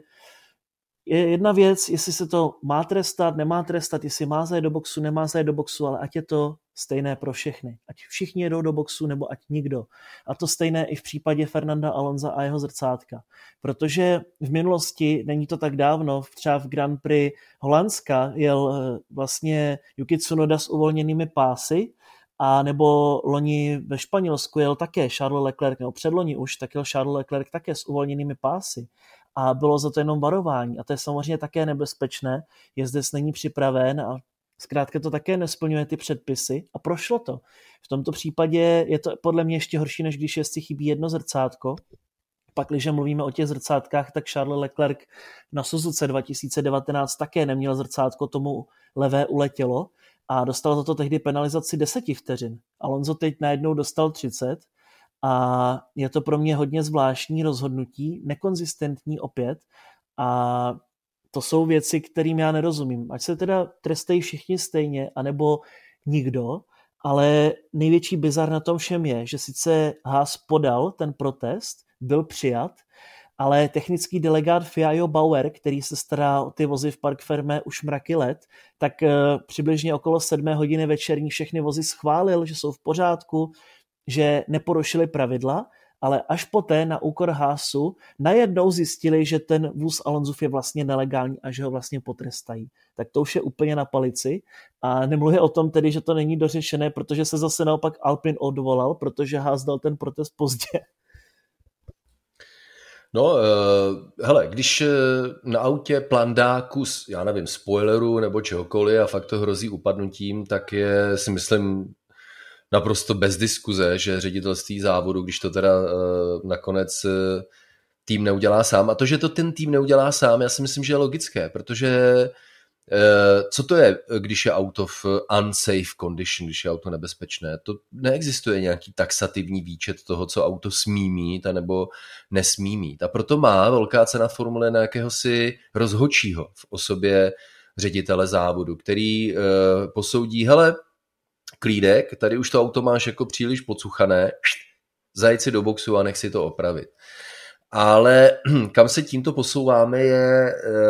je jedna věc, jestli se to má trestat, nemá trestat, jestli má zajet do boxu, nemá zajet do boxu, ale ať je to stejné pro všechny. Ať všichni jedou do boxu, nebo ať nikdo. A to stejné i v případě Fernanda Alonsa a jeho zrcátka. Protože v minulosti, není to tak dávno, třeba v Grand Prix Holandska jel vlastně Yuki Tsunoda s uvolněnými pásy, a nebo loni ve Španělsku jel také Charles Leclerc, nebo předloni už, tak jel Charles Leclerc také s uvolněnými pásy. A bylo za to jenom varování. A to je samozřejmě také nebezpečné. Jezdec není připraven a zkrátka to také nesplňuje ty předpisy a prošlo to. V tomto případě je to podle mě ještě horší, než když jezdci chybí jedno zrcátko. Pak, když mluvíme o těch zrcátkách, tak Charles Leclerc na Suzuce 2019 také neměl zrcátko, tomu levé uletělo a dostal za to tehdy penalizaci 10 vteřin. Alonso teď najednou dostal 30 a je to pro mě hodně zvláštní rozhodnutí, nekonzistentní opět a to jsou věci, kterým já nerozumím. Ať se teda trestají všichni stejně, anebo nikdo, ale největší bizar na tom všem je, že sice Haas podal ten protest, byl přijat, ale technický delegát Fabio Bauer, který se stará o ty vozy v Parc Fermé už mraky let, tak přibližně okolo 7 hodiny večerní všechny vozy schválil, že jsou v pořádku, že neporušili pravidla, ale až poté na úkor Haasu najednou zjistili, že ten vůz Alonsův je vlastně nelegální a že ho vlastně potrestají. Tak to už je úplně na palici a nemluvě o tom tedy, že to není dořešené, protože se zase naopak Alpine odvolal, protože Haas dal ten protest pozdě. No, hele, když na autě plandá kus, já nevím, spoileru nebo čehokoliv a fakt to hrozí upadnutím, tak je, si myslím, naprosto bez diskuze, že ředitelství závodu, když to teda nakonec tým neudělá sám. A to, že to ten tým neudělá sám, já si myslím, že je logické, protože co to je, když je auto v unsafe condition, když je auto nebezpečné? To neexistuje nějaký taxativní výčet toho, co auto smí mít anebo nesmí mít. A proto má velká cena Formule na jakéhosi rozhodčího v osobě ředitele závodu, který posoudí, hele, klídek, tady už to auto máš jako příliš pocuchané, zajít si do boxu a nech si to opravit. Ale kam se tímto posouváme je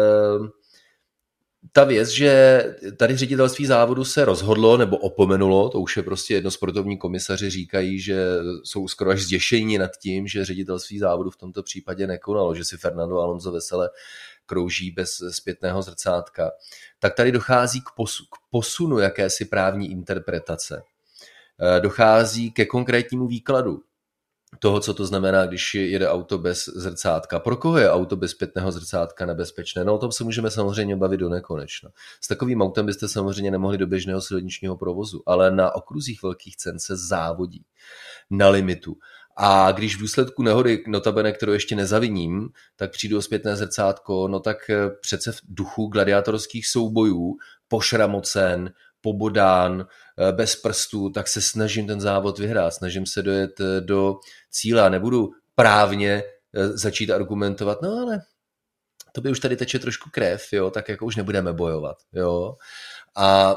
ta věc, že tady ředitelství závodu se rozhodlo nebo opomenulo, to už je prostě jedno, sportovní komisaři říkají, že jsou skoro až zděšení nad tím, že ředitelství závodu v tomto případě nekonalo, že si Fernando Alonso vesele krouží bez zpětného zrcátka, tak tady dochází k posunu jakési právní interpretace. Dochází ke konkrétnímu výkladu toho, co to znamená, když jede auto bez zrcátka. Pro koho je auto bez zpětného zrcátka nebezpečné? No o tom se můžeme samozřejmě bavit do nekonečna. S takovým autem byste samozřejmě nemohli do běžného silničního provozu, ale na okruzích velkých cen se závodí na limitu. A když v důsledku nehody, notabene, kterou ještě nezaviním, tak přijdu o zpětné zrcátko, no tak přece v duchu gladiátorských soubojů, pošramocen, pobodán, bez prstů, tak se snažím ten závod vyhrát, snažím se dojet do cíle a nebudu právně začít argumentovat, no ale to by už tady teče trošku krev, jo, tak jako už nebudeme bojovat, jo. A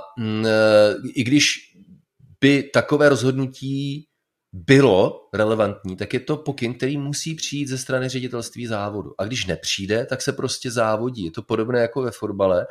i když by takové rozhodnutí bylo relevantní, tak je to pokyn, který musí přijít ze strany ředitelství závodu. A když nepřijde, tak se prostě závodí. Je to podobné jako ve fotbale,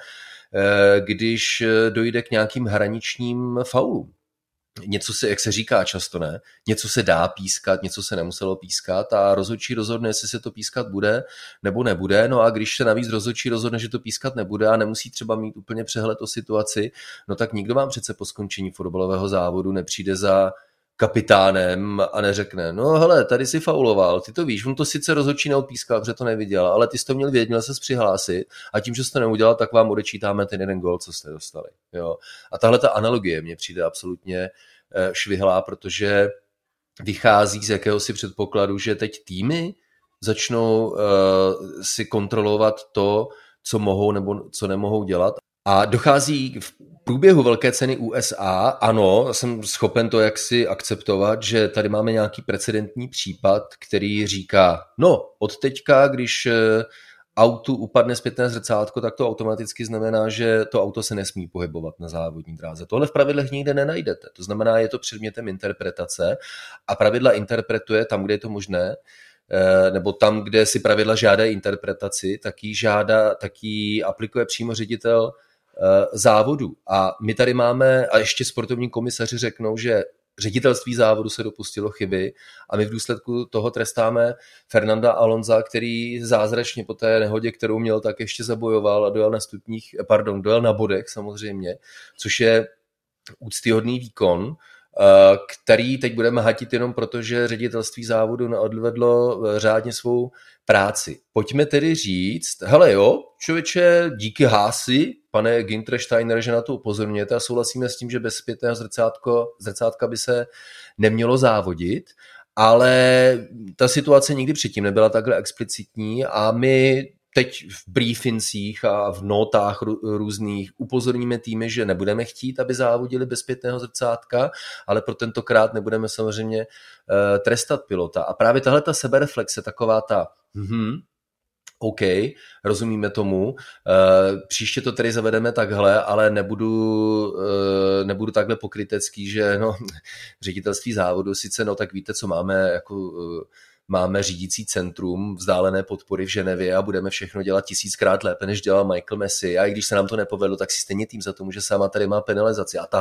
když dojde k nějakým hraničním faulům. Něco se, jak se říká často, ne? Něco se dá pískat, něco se nemuselo pískat a rozhodčí rozhodne, jestli se to pískat bude nebo nebude. No a když se navíc rozhodčí rozhodne, že to pískat nebude a nemusí třeba mít úplně přehled o situaci, no tak nikdo vám přece po skončení fotbalového závodu nepřijde za kapitánem a neřekne, no hele, tady si fauloval, ty to víš, on to sice rozhodčí neodpískal, protože to neviděl, ale ty jsi to měl vědět, měl ses přihlásit a tím, že jsi to neudělal, tak vám odečítáme ten jeden gól, co jste dostali. Jo? A tahle ta analogie mně přijde absolutně švihlá, protože vychází z jakéhosi předpokladu, že teď týmy začnou si kontrolovat to, co mohou nebo co nemohou dělat. A dochází v průběhu velké ceny USA, ano, jsem schopen to jaksi akceptovat, že tady máme nějaký precedentní případ, který říká, no od teďka, když autu upadne zpětné zrcátko, tak to automaticky znamená, že to auto se nesmí pohybovat na závodní dráze. Tohle v pravidlech nikde nenajdete. To znamená, je to předmětem interpretace a pravidla interpretuje tam, kde je to možné, nebo tam, kde si pravidla žádají interpretaci, tak ji aplikuje přímo ředitel závodu. A my tady máme, a ještě sportovní komisaři řeknou, že ředitelství závodu se dopustilo chyby a my v důsledku toho trestáme Fernanda Alonsa, který zázračně po té nehodě, kterou měl, tak ještě zabojoval a dojel na bodech samozřejmě, což je úctyhodný výkon, který teď budeme hatit jenom proto, že ředitelství závodu neodvedlo řádně svou práci. Pojďme tedy říct, hele jo, člověče, díky Haasi, pane Gintersteiner, že na to upozorňujete a souhlasíme s tím, že bez zpětného zrcátka by se nemělo závodit, ale ta situace nikdy předtím nebyla takhle explicitní a my teď v briefincích a v notách různých upozorníme týmy, že nebudeme chtít, aby závodili bez zpětného zrcátka, ale pro tentokrát nebudeme samozřejmě trestat pilota. A právě tahle ta sebereflexe, taková ta OK, rozumíme tomu, příště to tedy zavedeme takhle, ale nebudu takhle pokrytecký, že no, ředitelství závodu sice, no tak víte, co máme jako máme řídící centrum vzdálené podpory v Ženevě a budeme všechno dělat 1000krát lépe, než dělal Michael Messi. A i když se nám to nepovedlo, tak si stejně tým za to může sama tady má penalizaci. A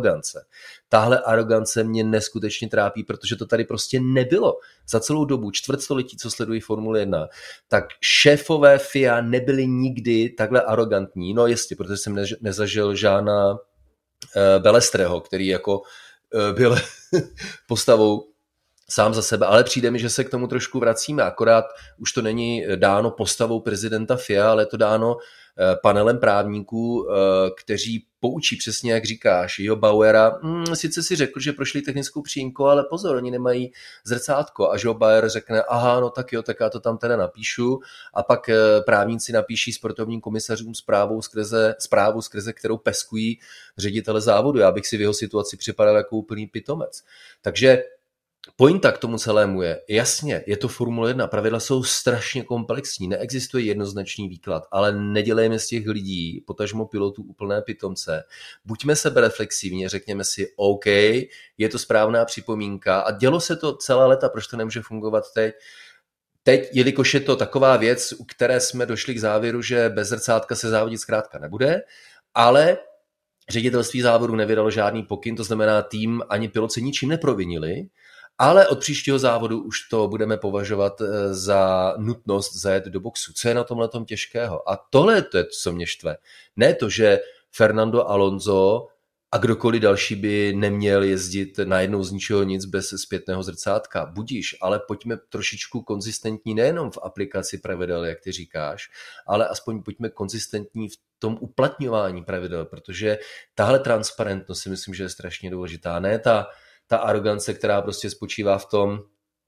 tahle arogance mě neskutečně trápí, protože to tady prostě nebylo. Za celou dobu, čtvrtstoletí, co sledují Formule 1, tak šéfové FIA nebyli nikdy takhle arogantní. No jistě, protože jsem nezažil Žána Belestreho, který jako byl postavou sám za sebe, ale přijde mi, že se k tomu trošku vracíme, akorát už to není dáno postavou prezidenta FIA, ale je to dáno panelem právníků, kteří poučí přesně, jak říkáš, Jo Bauera, sice si řekl, že prošli technickou přímku, ale pozor, oni nemají zrcátko a Jo Bauer řekne, aha, no tak jo, tak já to tam teda napíšu a pak právníci napíší sportovním komisařům zprávu, skrze kterou peskují ředitele závodu. Já bych si v jeho situaci připadal jako úplný pitomec. Takže pointa k tomu celému je, jasně, je to Formule 1, pravidla jsou strašně komplexní, neexistuje jednoznačný výklad, ale nedělejme z těch lidí, potažmo pilotů, úplné pitomce. Buďme sebereflexivní, řekněme si, OK, je to správná připomínka a dělo se to celá léta, proč to nemůže fungovat teď? Teď, jelikož je to taková věc, u které jsme došli k závěru, že bez zrcátka se závodit zkrátka nebude, ale ředitelství závodu nevydalo žádný pokyn, to znamená tým ani pilot se ničím neprovinili, ale od příštího závodu už to budeme považovat za nutnost zajet do boxu. Co je na tomhletom těžkého? A tohle je to, co mě štve. Ne to, že Fernando Alonso a kdokoliv další by neměl jezdit najednou z ničeho nic bez zpětného zrcátka. Budíš, ale pojďme trošičku konzistentní nejenom v aplikaci pravidel, jak ty říkáš, ale aspoň pojďme konzistentní v tom uplatňování pravidel, protože tahle transparentnost si myslím, že je strašně důležitá. Ne ta arogance, která prostě spočívá v tom,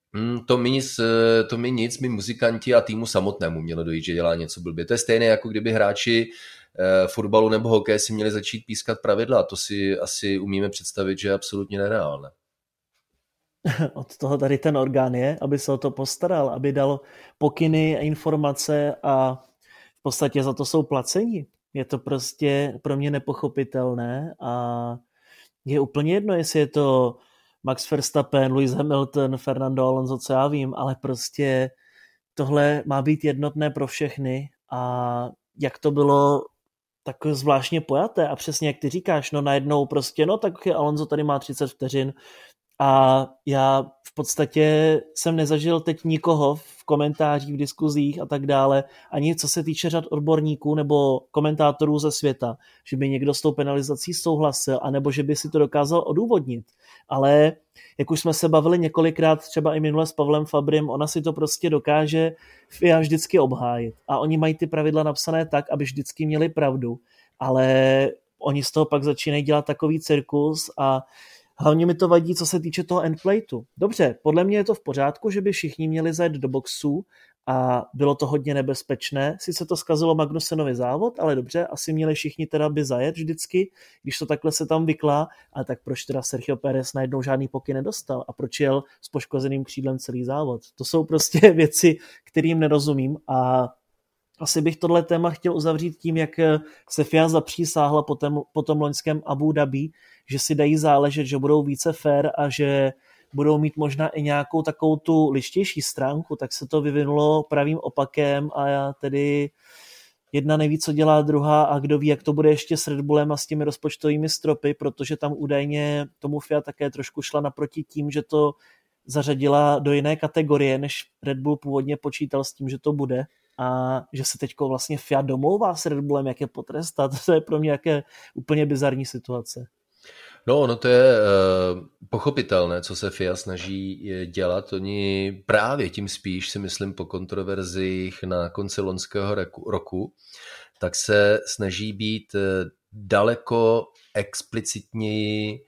To mi nic, my muzikanti a týmu samotnému mělo dojít, že dělá něco blbě. To je stejné, jako kdyby hráči fotbalu nebo hokeje si měli začít pískat pravidla. To si asi umíme představit, že je absolutně nereálné. Od toho tady ten orgán je, aby se o to postaral, aby dal pokyny a informace a v podstatě za to jsou placeni. Je to prostě pro mě nepochopitelné a je úplně jedno, jestli je to Max Verstappen, Lewis Hamilton, Fernando Alonso, co já vím, ale prostě tohle má být jednotné pro všechny a jak to bylo tak zvláštně pojaté a přesně jak ty říkáš, no najednou prostě, no tak Alonso tady má 30 vteřin a já v podstatě jsem nezažil teď nikoho v komentářích, v diskuzích a tak dále, ani co se týče řad odborníků nebo komentátorů ze světa, že by někdo s tou penalizací souhlasil, anebo že by si to dokázal odůvodnit. Ale jak už jsme se bavili několikrát, třeba i minule s Pavlem Fabrym, ona si to prostě dokáže FIA vždycky obhájit. A oni mají ty pravidla napsané tak, aby vždycky měli pravdu, ale oni z toho pak začínají dělat takový cirkus a hlavně mi to vadí, co se týče toho endplateu. Dobře, podle mě je to v pořádku, že by všichni měli zajet do boxu a bylo to hodně nebezpečné. Sice to zkazilo Magnusenovi závod, ale dobře, asi měli všichni teda by zajet vždycky, když to takhle se tam vyklá, ale tak proč teda Sergio Pérez najednou žádný pokyn nedostal a proč jel s poškozeným křídlem celý závod? To jsou prostě věci, kterým nerozumím a asi bych tohle téma chtěl uzavřít tím, jak se FIA zapřísáhla po tom loňském Abu Dhabi, že si dají záležet, že budou více fair a že budou mít možná i nějakou takovou tu lištější stránku, tak se to vyvinulo pravým opakem a já tedy jedna neví, co dělá druhá a kdo ví, jak to bude ještě s Red Bullem a s těmi rozpočtovými stropy, protože tam údajně tomu FIA také trošku šla naproti tím, že to zařadila do jiné kategorie, než Red Bull původně počítal s tím, že to bude. A že se teďko vlastně FIA domlouvá s Red Bullem, jak je potrestat, to je pro mě jaké úplně bizarní situace. No to je pochopitelné, co se FIA snaží dělat. Oni právě tím spíš, si myslím, po kontroverzích na konci loňského roku, tak se snaží být daleko explicitněji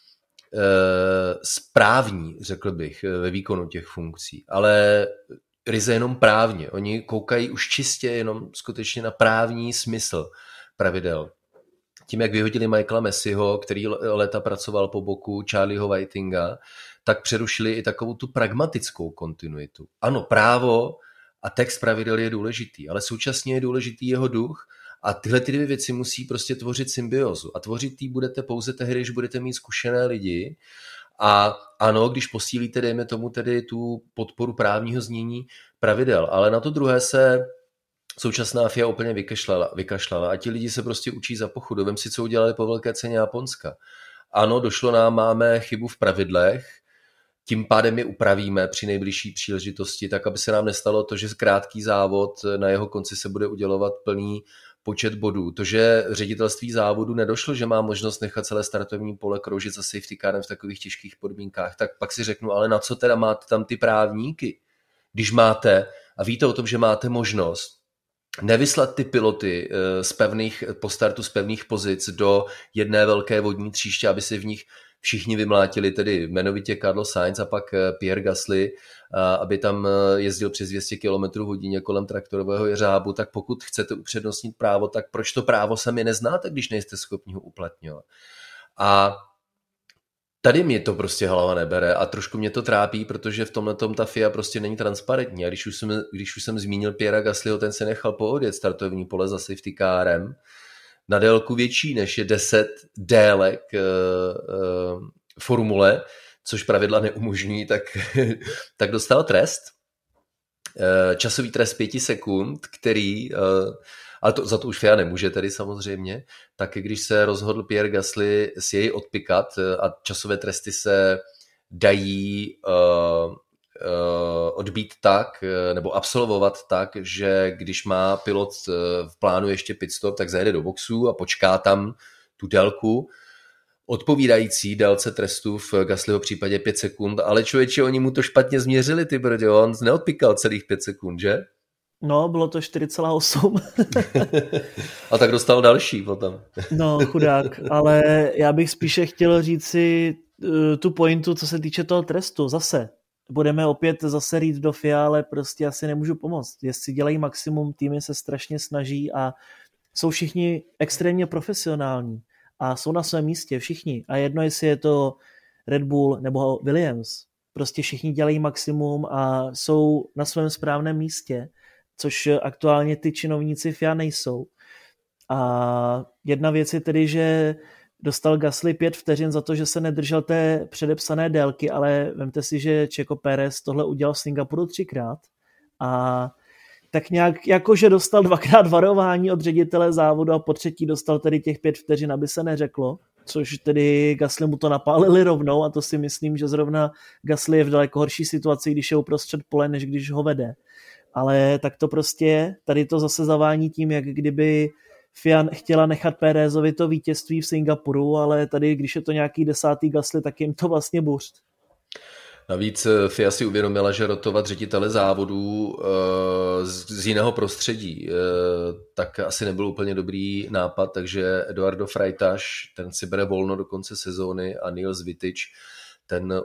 správní, řekl bych, ve výkonu těch funkcí. Ale ryze jenom právně. Oni koukají už čistě jenom skutečně na právní smysl pravidel. Tím, jak vyhodili Michaela Messiho, který léta pracoval po boku Charlieho Whitinga, tak přerušili i takovou tu pragmatickou kontinuitu. Ano, právo a text pravidel je důležitý, ale současně je důležitý jeho duch a tyhle ty dvě věci musí prostě tvořit symbiozu. A tvořit jí budete pouze tehdy, když budete mít zkušené lidi. A ano, když posílíte, dejme tomu tedy tu podporu právního znění pravidel, ale na to druhé se současná FIA úplně vykašlala a ti lidi se prostě učí za pochodu. Vem si, co udělali po velké ceně Japonska. Ano, došlo nám, máme chybu v pravidlech, tím pádem je upravíme při nejbližší příležitosti, tak aby se nám nestalo to, že krátký závod, na jeho konci se bude udělovat plný počet bodů. To, že ředitelství závodu nedošlo, že má možnost nechat celé startovní pole kroužit za safety carem v takových těžkých podmínkách, tak pak si řeknu, ale na co teda máte tam ty právníky? Když máte a víte o tom, že máte možnost nevyslat ty piloty po startu z pevných pozic do jedné velké vodní tříště, aby si v nich všichni vymlátili, tedy jmenovitě Carlos Sainz a pak Pierre Gasly, aby tam jezdil přes 200 km/h kolem traktorového jeřábu, tak pokud chcete upřednostnit právo, tak proč to právo sami neznáte, když nejste schopni ho uplatňovat? A tady mě to prostě hlava nebere a trošku mě to trápí, protože v tomhletom ta FIA prostě není transparentní. A když už jsem zmínil Pierra Gaslyho, ten se nechal poodjet startovní pole za safety carem na délku větší, než je 10 délek formule, což pravidla neumožňují, tak dostal trest. Časový trest 5 sekund, který... ale za to už FIA nemůže tedy samozřejmě, tak když se rozhodl Pierre Gasly si jej odpikat a časové tresty se dají odbít tak, nebo absolvovat tak, že když má pilot v plánu ještě pitstop, tak zajede do boxu a počká tam tu délku odpovídající délce trestu v Gaslyho případě 5 sekund, ale člověče, oni mu to špatně změřili, ty brdě, on neodpikal celých 5 sekund, že? No, bylo to 4,8. A tak dostal další potom. No, chudák, ale já bych spíše chtěl říct si tu pointu, co se týče toho trestu. Zase, budeme opět zase rýt do FIA, ale prostě asi nemůžu pomoct. Jestli dělají maximum, týmy se strašně snaží a jsou všichni extrémně profesionální a jsou na svém místě všichni. A jedno, jestli je to Red Bull nebo Williams. Prostě všichni dělají maximum a jsou na svém správném místě, což aktuálně ty činovníci FIA nejsou. A jedna věc je tedy, že dostal Gasly 5 vteřin za to, že se nedržel té předepsané délky, ale vemte si, že Checo Pérez tohle udělal v Singapuru 3krát a tak nějak jakože dostal 2krát varování od ředitele závodu a po třetí dostal tedy těch 5 vteřin, aby se neřeklo, což tedy Gasly mu to napálili rovnou a to si myslím, že zrovna Gasly je v daleko horší situaci, když je uprostřed pole, než když ho vede. Ale tak to prostě je. Tady to zase zavání tím, jak kdyby FIA chtěla nechat Pérezovi to vítězství v Singapuru, ale tady, když je to nějaký 10. Gasly, tak jim to vlastně buřt. Navíc FIA si uvědomila, že rotovat ředitele závodů z jiného prostředí tak asi nebyl úplně dobrý nápad, takže Eduardo Freitas, ten si bere volno do konce sezóny a Niels Wittich, ten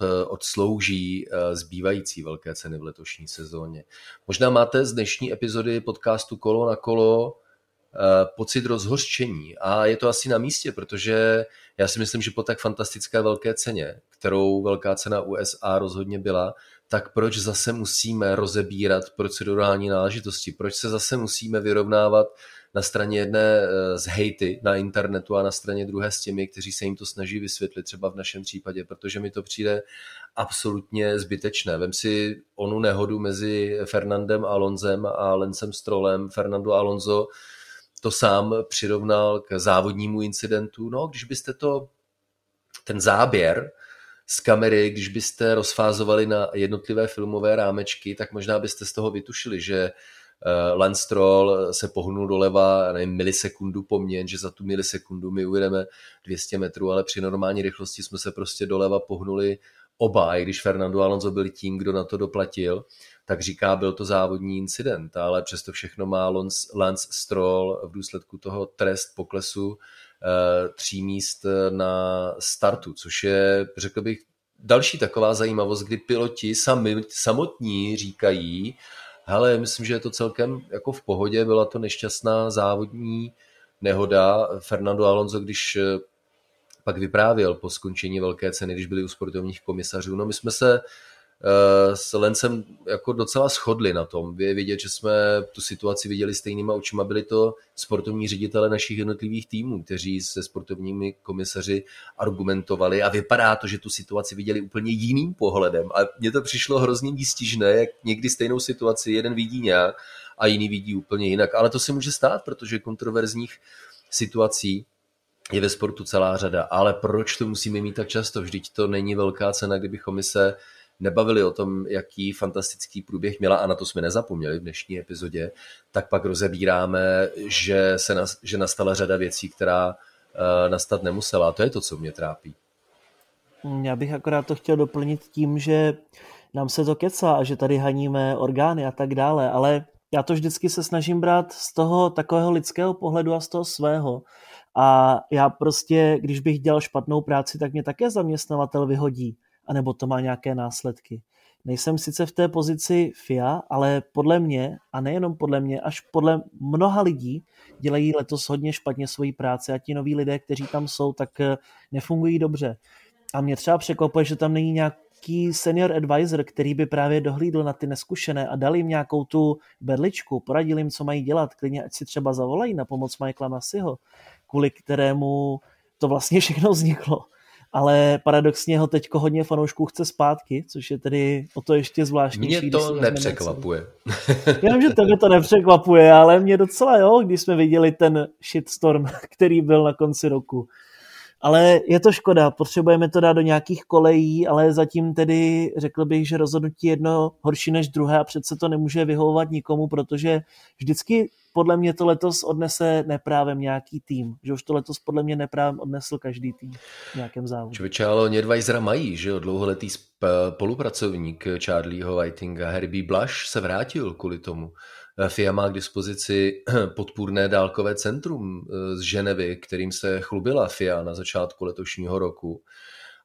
odslouží zbývající velké ceny v letošní sezóně. Možná máte z dnešní epizody podcastu Kolo na kolo pocit rozhořčení a je to asi na místě, protože já si myslím, že po tak fantastické velké ceně, kterou velká cena USA rozhodně byla, tak proč zase musíme rozebírat procedurální náležitosti, proč se zase musíme vyrovnávat na straně jedné z hejty na internetu a na straně druhé s těmi, kteří se jim to snaží vysvětlit, třeba v našem případě, protože mi to přijde absolutně zbytečné. Vem si onu nehodu mezi Fernandem Alonsem a Lencem Strollem. Fernando Alonso to sám přirovnal k závodnímu incidentu. No, když byste ten záběr z kamery, když byste rozfázovali na jednotlivé filmové rámečky, tak možná byste z toho vytušili, že Lance Stroll se pohnul doleva, nevím, milisekundu po mně, že za tu milisekundu my ujedeme 200 metrů, ale při normální rychlosti jsme se prostě doleva pohnuli oba, i když Fernando Alonso byl tím, kdo na to doplatil, tak říká, byl to závodní incident, ale přesto všechno má Lance Stroll v důsledku toho trest poklesu 3 míst na startu, což je, řekl bych, další taková zajímavost, kdy piloti samotní říkají, hele, myslím, že je to celkem jako v pohodě, byla to nešťastná závodní nehoda. Fernando Alonso, když pak vyprávěl po skončení velké ceny, když byli u sportovních komisařů, no my jsme se s Lencem jako docela shodli na tom. Je vidět, že jsme tu situaci viděli stejnýma očima. Byli to sportovní ředitele našich jednotlivých týmů, kteří se sportovními komisaři argumentovali a vypadá to, že tu situaci viděli úplně jiným pohledem. A mně to přišlo hrozně výstižné, jak někdy stejnou situaci jeden vidí nějak a jiný vidí úplně jinak. Ale to se může stát, protože kontroverzních situací je ve sportu celá řada. Ale proč to musíme mít tak často? Vždyť to není velká cena, kdybychom se nebavili o tom, jaký fantastický průběh měla, a na to jsme nezapomněli v dnešní epizodě, tak pak rozebíráme, že nastala řada věcí, která nastat nemusela. A to je to, co mě trápí. Já bych akorát to chtěl doplnit tím, že nám se to kecá a že tady haníme orgány a tak dále, ale já to vždycky se snažím brát z toho takového lidského pohledu a z toho svého. A já prostě, když bych dělal špatnou práci, tak mě také zaměstnavatel vyhodí, anebo to má nějaké následky. Nejsem sice v té pozici FIA, ale podle mě, a nejenom podle mě, až podle mnoha lidí dělají letos hodně špatně svoji práci a ti noví lidé, kteří tam jsou, tak nefungují dobře. A mě třeba překvapuje, že tam není nějaký senior advisor, který by právě dohlídl na ty neskušené a dal jim nějakou tu berličku, poradil jim, co mají dělat, klidně ať si třeba zavolají na pomoc Michaela Masseyho, kvůli kterému to vlastně všechno vzniklo. Ale paradoxně ho teďko hodně fanoušků chce zpátky, což je tedy o to ještě zvláštnější. Mě to nepřekvapuje. Já vím, že tebe to nepřekvapuje, ale mě docela jo, když jsme viděli ten shitstorm, který byl na konci roku. Ale je to škoda, potřebujeme to dát do nějakých kolejí, ale zatím tedy řekl bych, že rozhodnutí jedno horší než druhé a přece to nemůže vyhovovat nikomu, protože vždycky podle mě to letos odnese neprávem nějaký tým. Že už to letos podle mě neprávem odnesl každý tým v nějakém závodě. Člověče, ale oni advisora mají, že jo, dlouholetý spolupracovník Charlieho Whitinga, Herbie Blush se vrátil kvůli tomu. FIA má k dispozici podpůrné dálkové centrum z Ženevy, kterým se chlubila FIA na začátku letošního roku.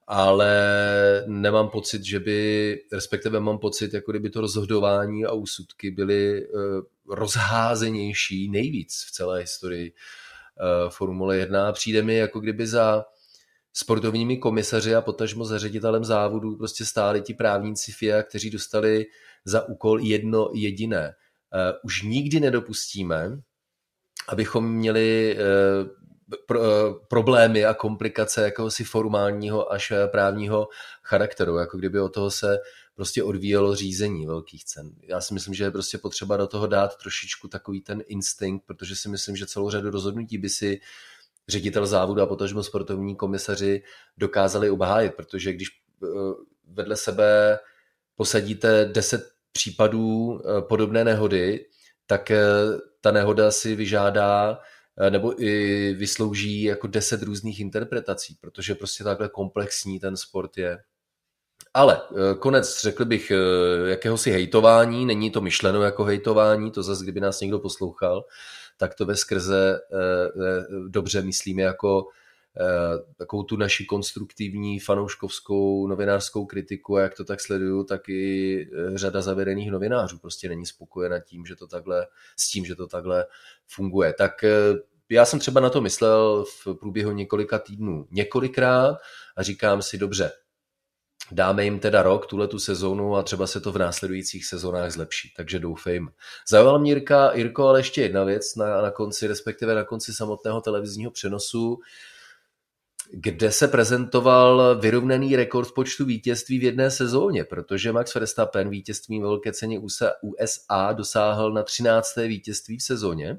ale nemám pocit, respektive mám pocit, jako kdyby to rozhodování a úsudky byly rozházenější nejvíc v celé historii Formule 1. Přijde mi, jako kdyby za sportovními komisaři a potažmo za ředitelem závodů prostě stáli ti právníci FIA, kteří dostali za úkol jedno jediné. Už nikdy nedopustíme, abychom měli problémy a komplikace jakéhosi formálního až právního charakteru, jako kdyby od toho se prostě odvíjelo řízení velkých cen. Já si myslím, že je prostě potřeba do toho dát trošičku takový ten instinkt, protože si myslím, že celou řadu rozhodnutí by si ředitel závodu a potažmo sportovní komisaři dokázali obhájit, protože když vedle sebe posadíte 10 případů podobné nehody, tak ta nehoda si vyžádá nebo i vyslouží jako 10 různých interpretací, protože prostě takhle komplexní ten sport je. Ale konec, řekl bych, jakéhosi hejtování, není to myšleno jako hejtování, to zase, kdyby nás někdo poslouchal, tak to veskrze dobře myslíme jako takovou tu naši konstruktivní fanouškovskou novinářskou kritiku, a jak to tak sleduju, tak i řada zavedených novinářů prostě není spokojena s tím, že to takhle funguje. Tak já jsem třeba na to myslel v průběhu několika týdnů několikrát a říkám si, dobře, dáme jim teda rok, tuhletu sezónu a třeba se to v následujících sezónách zlepší, takže doufejme. Zaujala mě Jirko, ale ještě jedna věc na konci, respektive na konci samotného televizního přenosu, kde se prezentoval vyrovnaný rekord v počtu vítězství v jedné sezóně, protože Max Verstappen vítězstvím ve velké ceně USA dosáhl na 13. vítězství v sezóně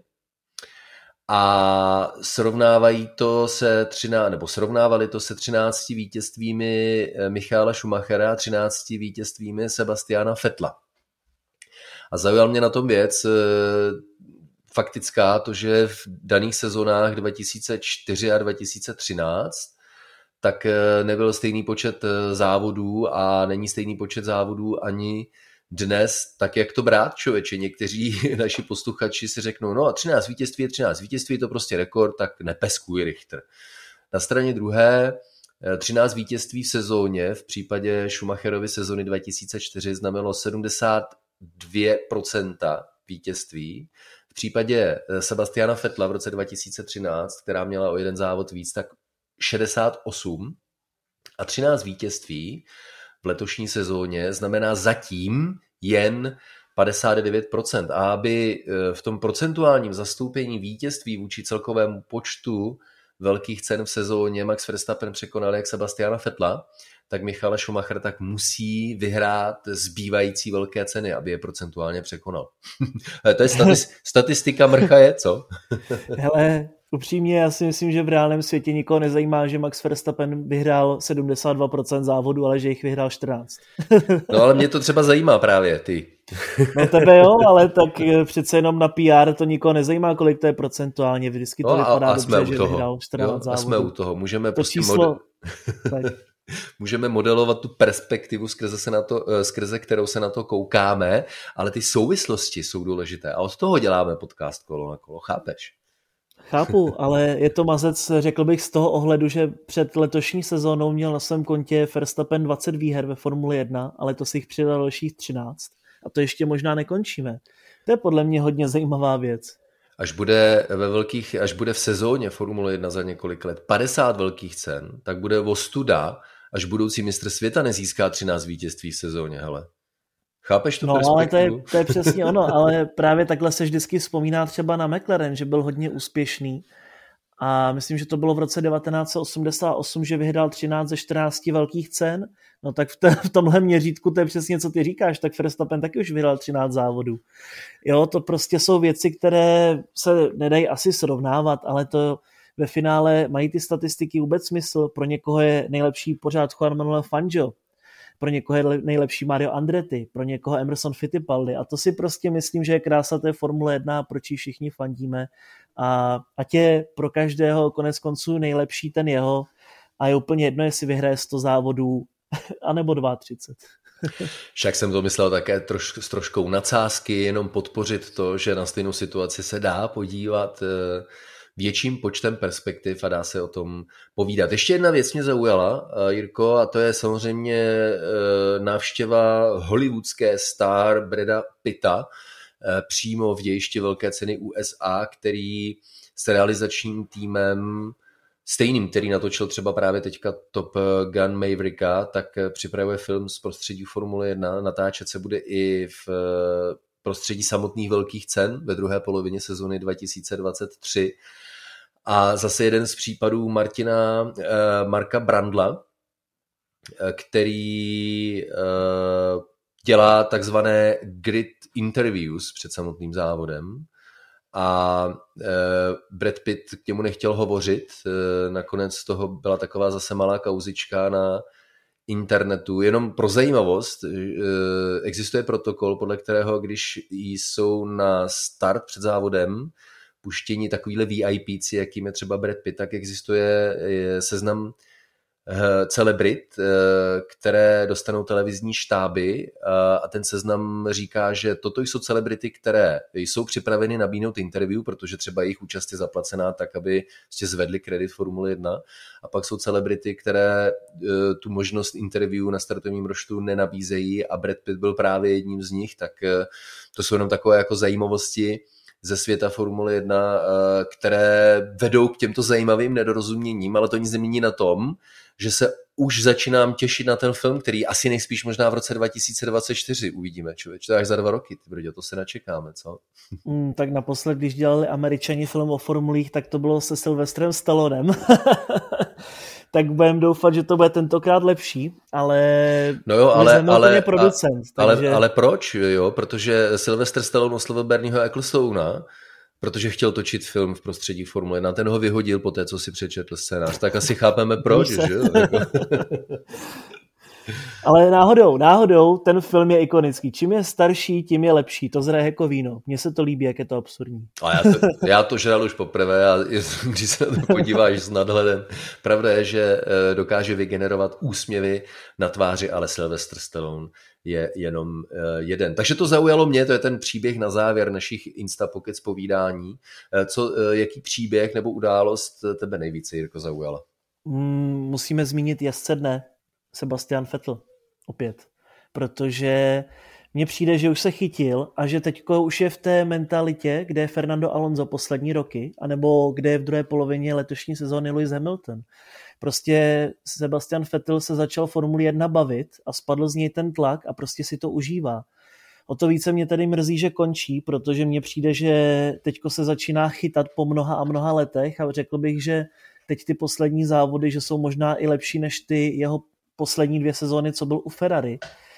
a srovnávali to se 13 vítězstvími Michaela Schumachera a 13 vítězstvími Sebastiana Vettela. A zaujal mě na tom věc faktická, to, že v daných sezónách 2004 a 2013 tak nebyl stejný počet závodů a není stejný počet závodů ani dnes, tak jak to brát, člověče. Někteří naši posluchači si řeknou, no a 13 vítězství, je to prostě rekord, tak nepeskuj Richter. Na straně druhé 13 vítězství v sezóně v případě Schumacherovy sezóny 2004 znamenalo 72% vítězství. V případě Sebastiana Vettela v roce 2013, která měla o jeden závod víc, tak 68 a 13 vítězství v letošní sezóně znamená zatím jen 59%. A aby v tom procentuálním zastoupení vítězství vůči celkovému počtu velkých cen v sezóně Max Verstappen překonal jak Sebastiana Vettela, tak Michael Schumacher tak musí vyhrát zbývající velké ceny, aby je procentuálně překonal. To je statistika mrcha je, co? Hele, upřímně, já si myslím, že v reálném světě nikoho nezajímá, že Max Verstappen vyhrál 72% závodu, ale že jich vyhrál 14. No ale mě to třeba zajímá právě, ty. No tebe jo, ale tak přece jenom na PR to nikoho nezajímá, kolik to je procentuálně. Vždycky to vypadá dobře, že vyhrál 14 závodů. A jsme u toho. Můžeme to prostě číslo... Můžeme modelovat tu perspektivu, skrze kterou se na to koukáme, ale ty souvislosti jsou důležité. A od toho děláme podcast Kolo na kolo, chápeš? Chápu, ale je to mazec, řekl bych, z toho ohledu, že před letošní sezónou měl na svém kontě Verstappen 20 výher ve Formuli 1, ale to si jich přidal dalších 13. A to ještě možná nekončíme. To je podle mě hodně zajímavá věc. Až bude v sezóně Formule 1 za několik let 50 velkých cen, tak bude ostuda, až budoucí mistr světa nezíská 13 vítězství v sezóně, hele. Chápeš tu perspektivu? Ale to je přesně ono, ale právě takhle se vždycky vzpomíná třeba na McLaren, že byl hodně úspěšný a myslím, že to bylo v roce 1988, že vyhrál 13 ze 14 velkých cen, no tak v tomhle měřítku to je přesně, co ty říkáš, tak Verstappen taky už vyhrál 13 závodů. Jo, to prostě jsou věci, které se nedají asi srovnávat, ale to ve finále mají ty statistiky vůbec smysl. Pro někoho je nejlepší pořád Juan Manuel Fangio, pro někoho je nejlepší Mario Andretti, pro někoho Emerson Fittipaldi a to si prostě myslím, že je krása té Formule 1, proč ji všichni fandíme a ať je pro každého konec konců nejlepší ten jeho a je úplně jedno, jestli vyhraje 100 závodů anebo 32. Však jsem to myslel také s troškou nadsázky, jenom podpořit to, že na stejnou situaci se dá podívat větším počtem perspektiv a dá se o tom povídat. Ještě jedna věc mě zaujala, Jirko, a to je samozřejmě návštěva hollywoodské star Brada Pitta přímo v dějišti velké ceny USA, který s realizačním týmem stejným, který natočil třeba právě teďka Top Gun Mavericka, tak připravuje film z prostředí Formule 1. Natáčet se bude i v prostředí samotných velkých cen ve druhé polovině sezony 2023. A zase jeden z případů Marka Brandla, který dělá takzvané grid interviews před samotným závodem. A Brad Pitt k němu nechtěl hovořit. Nakonec z toho byla taková zase malá kauzička na internetu. Jenom pro zajímavost, existuje protokol, podle kterého, když jsou na start před závodem puštění takovýhle VIPci, jakým je třeba Brad Pitt, tak existuje seznam celebrit, které dostanou televizní štáby a ten seznam říká, že toto jsou celebrity, které jsou připraveny nabídnout interview, protože třeba jejich účast je zaplacená tak, aby zvedli kredit Formule 1, a pak jsou celebrity, které tu možnost interview na startovním roštu nenabízejí a Brad Pitt byl právě jedním z nich, tak to jsou jenom takové jako zajímavosti ze světa Formule 1, které vedou k těmto zajímavým nedorozuměním, ale to nic nemění na tom, že se už začínám těšit na ten film, který asi nejspíš možná v roce 2024 uvidíme, člověč. To je až za 2 roky, brdě, to se načekáme, co? Tak naposled, když dělali Američani film o formulích, tak to bylo se Sylvestrem Stallonem. Tak budeme doufat, že to bude tentokrát lepší, ale no jo, ale producent. Ale proč? Jo, protože Sylvester Stallone oslovil Bernieho Ecclestona, protože chtěl točit film v prostředí Formule 1. Ten ho vyhodil po té, co si přečetl scénář. Tak asi chápeme proč, že jo? Ale náhodou ten film je ikonický. Čím je starší, tím je lepší. To zraje jako víno. Mně se to líbí, jak je to absurdní. A já to žral už poprvé a když se na to podíváš s nadhledem, pravda je, že dokáže vygenerovat úsměvy na tváři, ale Sylvester Stallone je jenom jeden. Takže to zaujalo mě, to je ten příběh na závěr našich Instapockets povídání. Jaký příběh nebo událost tebe nejvíce, Jirko, zaujala? Musíme zmínit jezdce dne, Sebastian Vettel, opět. Protože mně přijde, že už se chytil a že teďko už je v té mentalitě, kde je Fernando Alonso poslední roky, anebo kde je v druhé polovině letošní sezóny Lewis Hamilton. Prostě Sebastian Vettel se začal Formuli 1 bavit a spadl z něj ten tlak a prostě si to užívá. O to více mě tedy mrzí, že končí, protože mně přijde, že teďko se začíná chytat po mnoha a mnoha letech a řekl bych, že teď ty poslední závody, že jsou možná i lepší než ty jeho poslední 2 sezóny, co byl u Ferrari.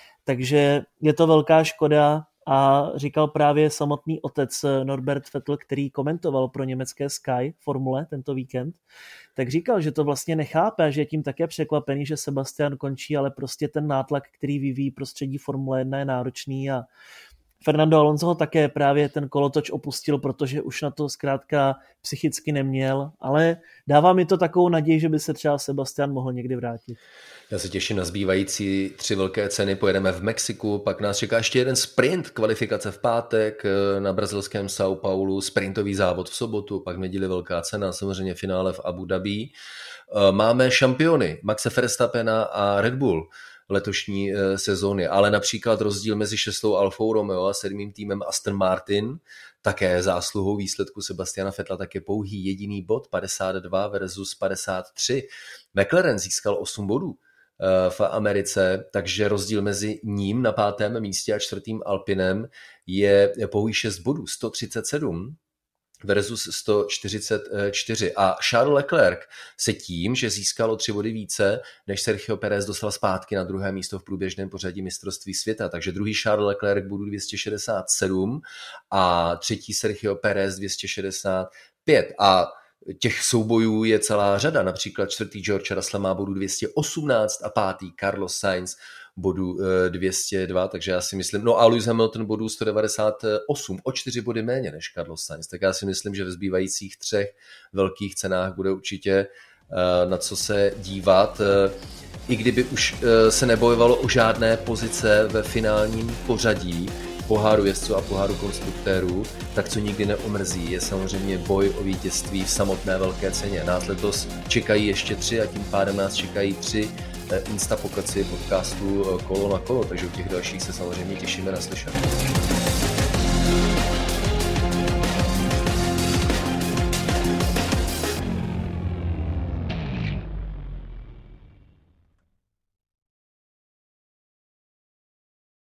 Takže je to velká škoda a říkal právě samotný otec Norbert Vettel, který komentoval pro německé Sky Formule tento víkend, tak říkal, že to vlastně nechápe, že je tím také překvapený, že Sebastian končí, ale prostě ten nátlak, který vyvíjí prostředí Formule 1 je náročný a Fernando Alonso ho také právě ten kolotoč opustil, protože už na to zkrátka psychicky neměl, ale dává mi to takovou naději, že by se třeba Sebastian mohl někdy vrátit. Já se těším na zbývající 3 velké ceny, pojedeme v Mexiku, pak nás čeká ještě jeden sprint, kvalifikace v pátek na brazilském São Paulu, sprintový závod v sobotu, pak v neděli velká cena, samozřejmě finále v Abu Dhabi. Máme šampiony Maxe Verstappena a Red Bull letošní sezóny, ale například rozdíl mezi 6. Alfou Romeo a 7. týmem Aston Martin, také zásluhou výsledku Sebastiana Vettela, tak je pouhý jediný bod, 52 versus 53. McLaren získal 8 bodů v Americe, takže rozdíl mezi ním na 5. místě a 4. Alpinem je pouhý 6 bodů, 137 versus 144. A Charles Leclerc se tím, že získal o 3 body více, než Sergio Pérez dostal zpátky na 2. místo v průběžném pořadí mistrovství světa. Takže druhý Charles Leclerc bodu 267 a třetí Sergio Pérez 265. A těch soubojů je celá řada. Například 4. George Russell má bodu 218 a 5. Carlos Sainz bodu 202, takže já si myslím, no a Lewis Hamilton bodu 198, o 4 body méně než Carlos Sainz, tak já si myslím, že ve zbývajících 3 velkých cenách bude určitě na co se dívat, i kdyby už se nebojovalo o žádné pozice ve finálním pořadí. poháru jezdců a poháru konstruktérů, tak co nikdy neomrzí, je samozřejmě boj o vítězství v samotné velké ceně. Nás letos čekají ještě 3 a tím pádem nás čekají 3 instapokaci podcastu Kolo na kolo, takže u těch dalších se samozřejmě těšíme na slyšenou.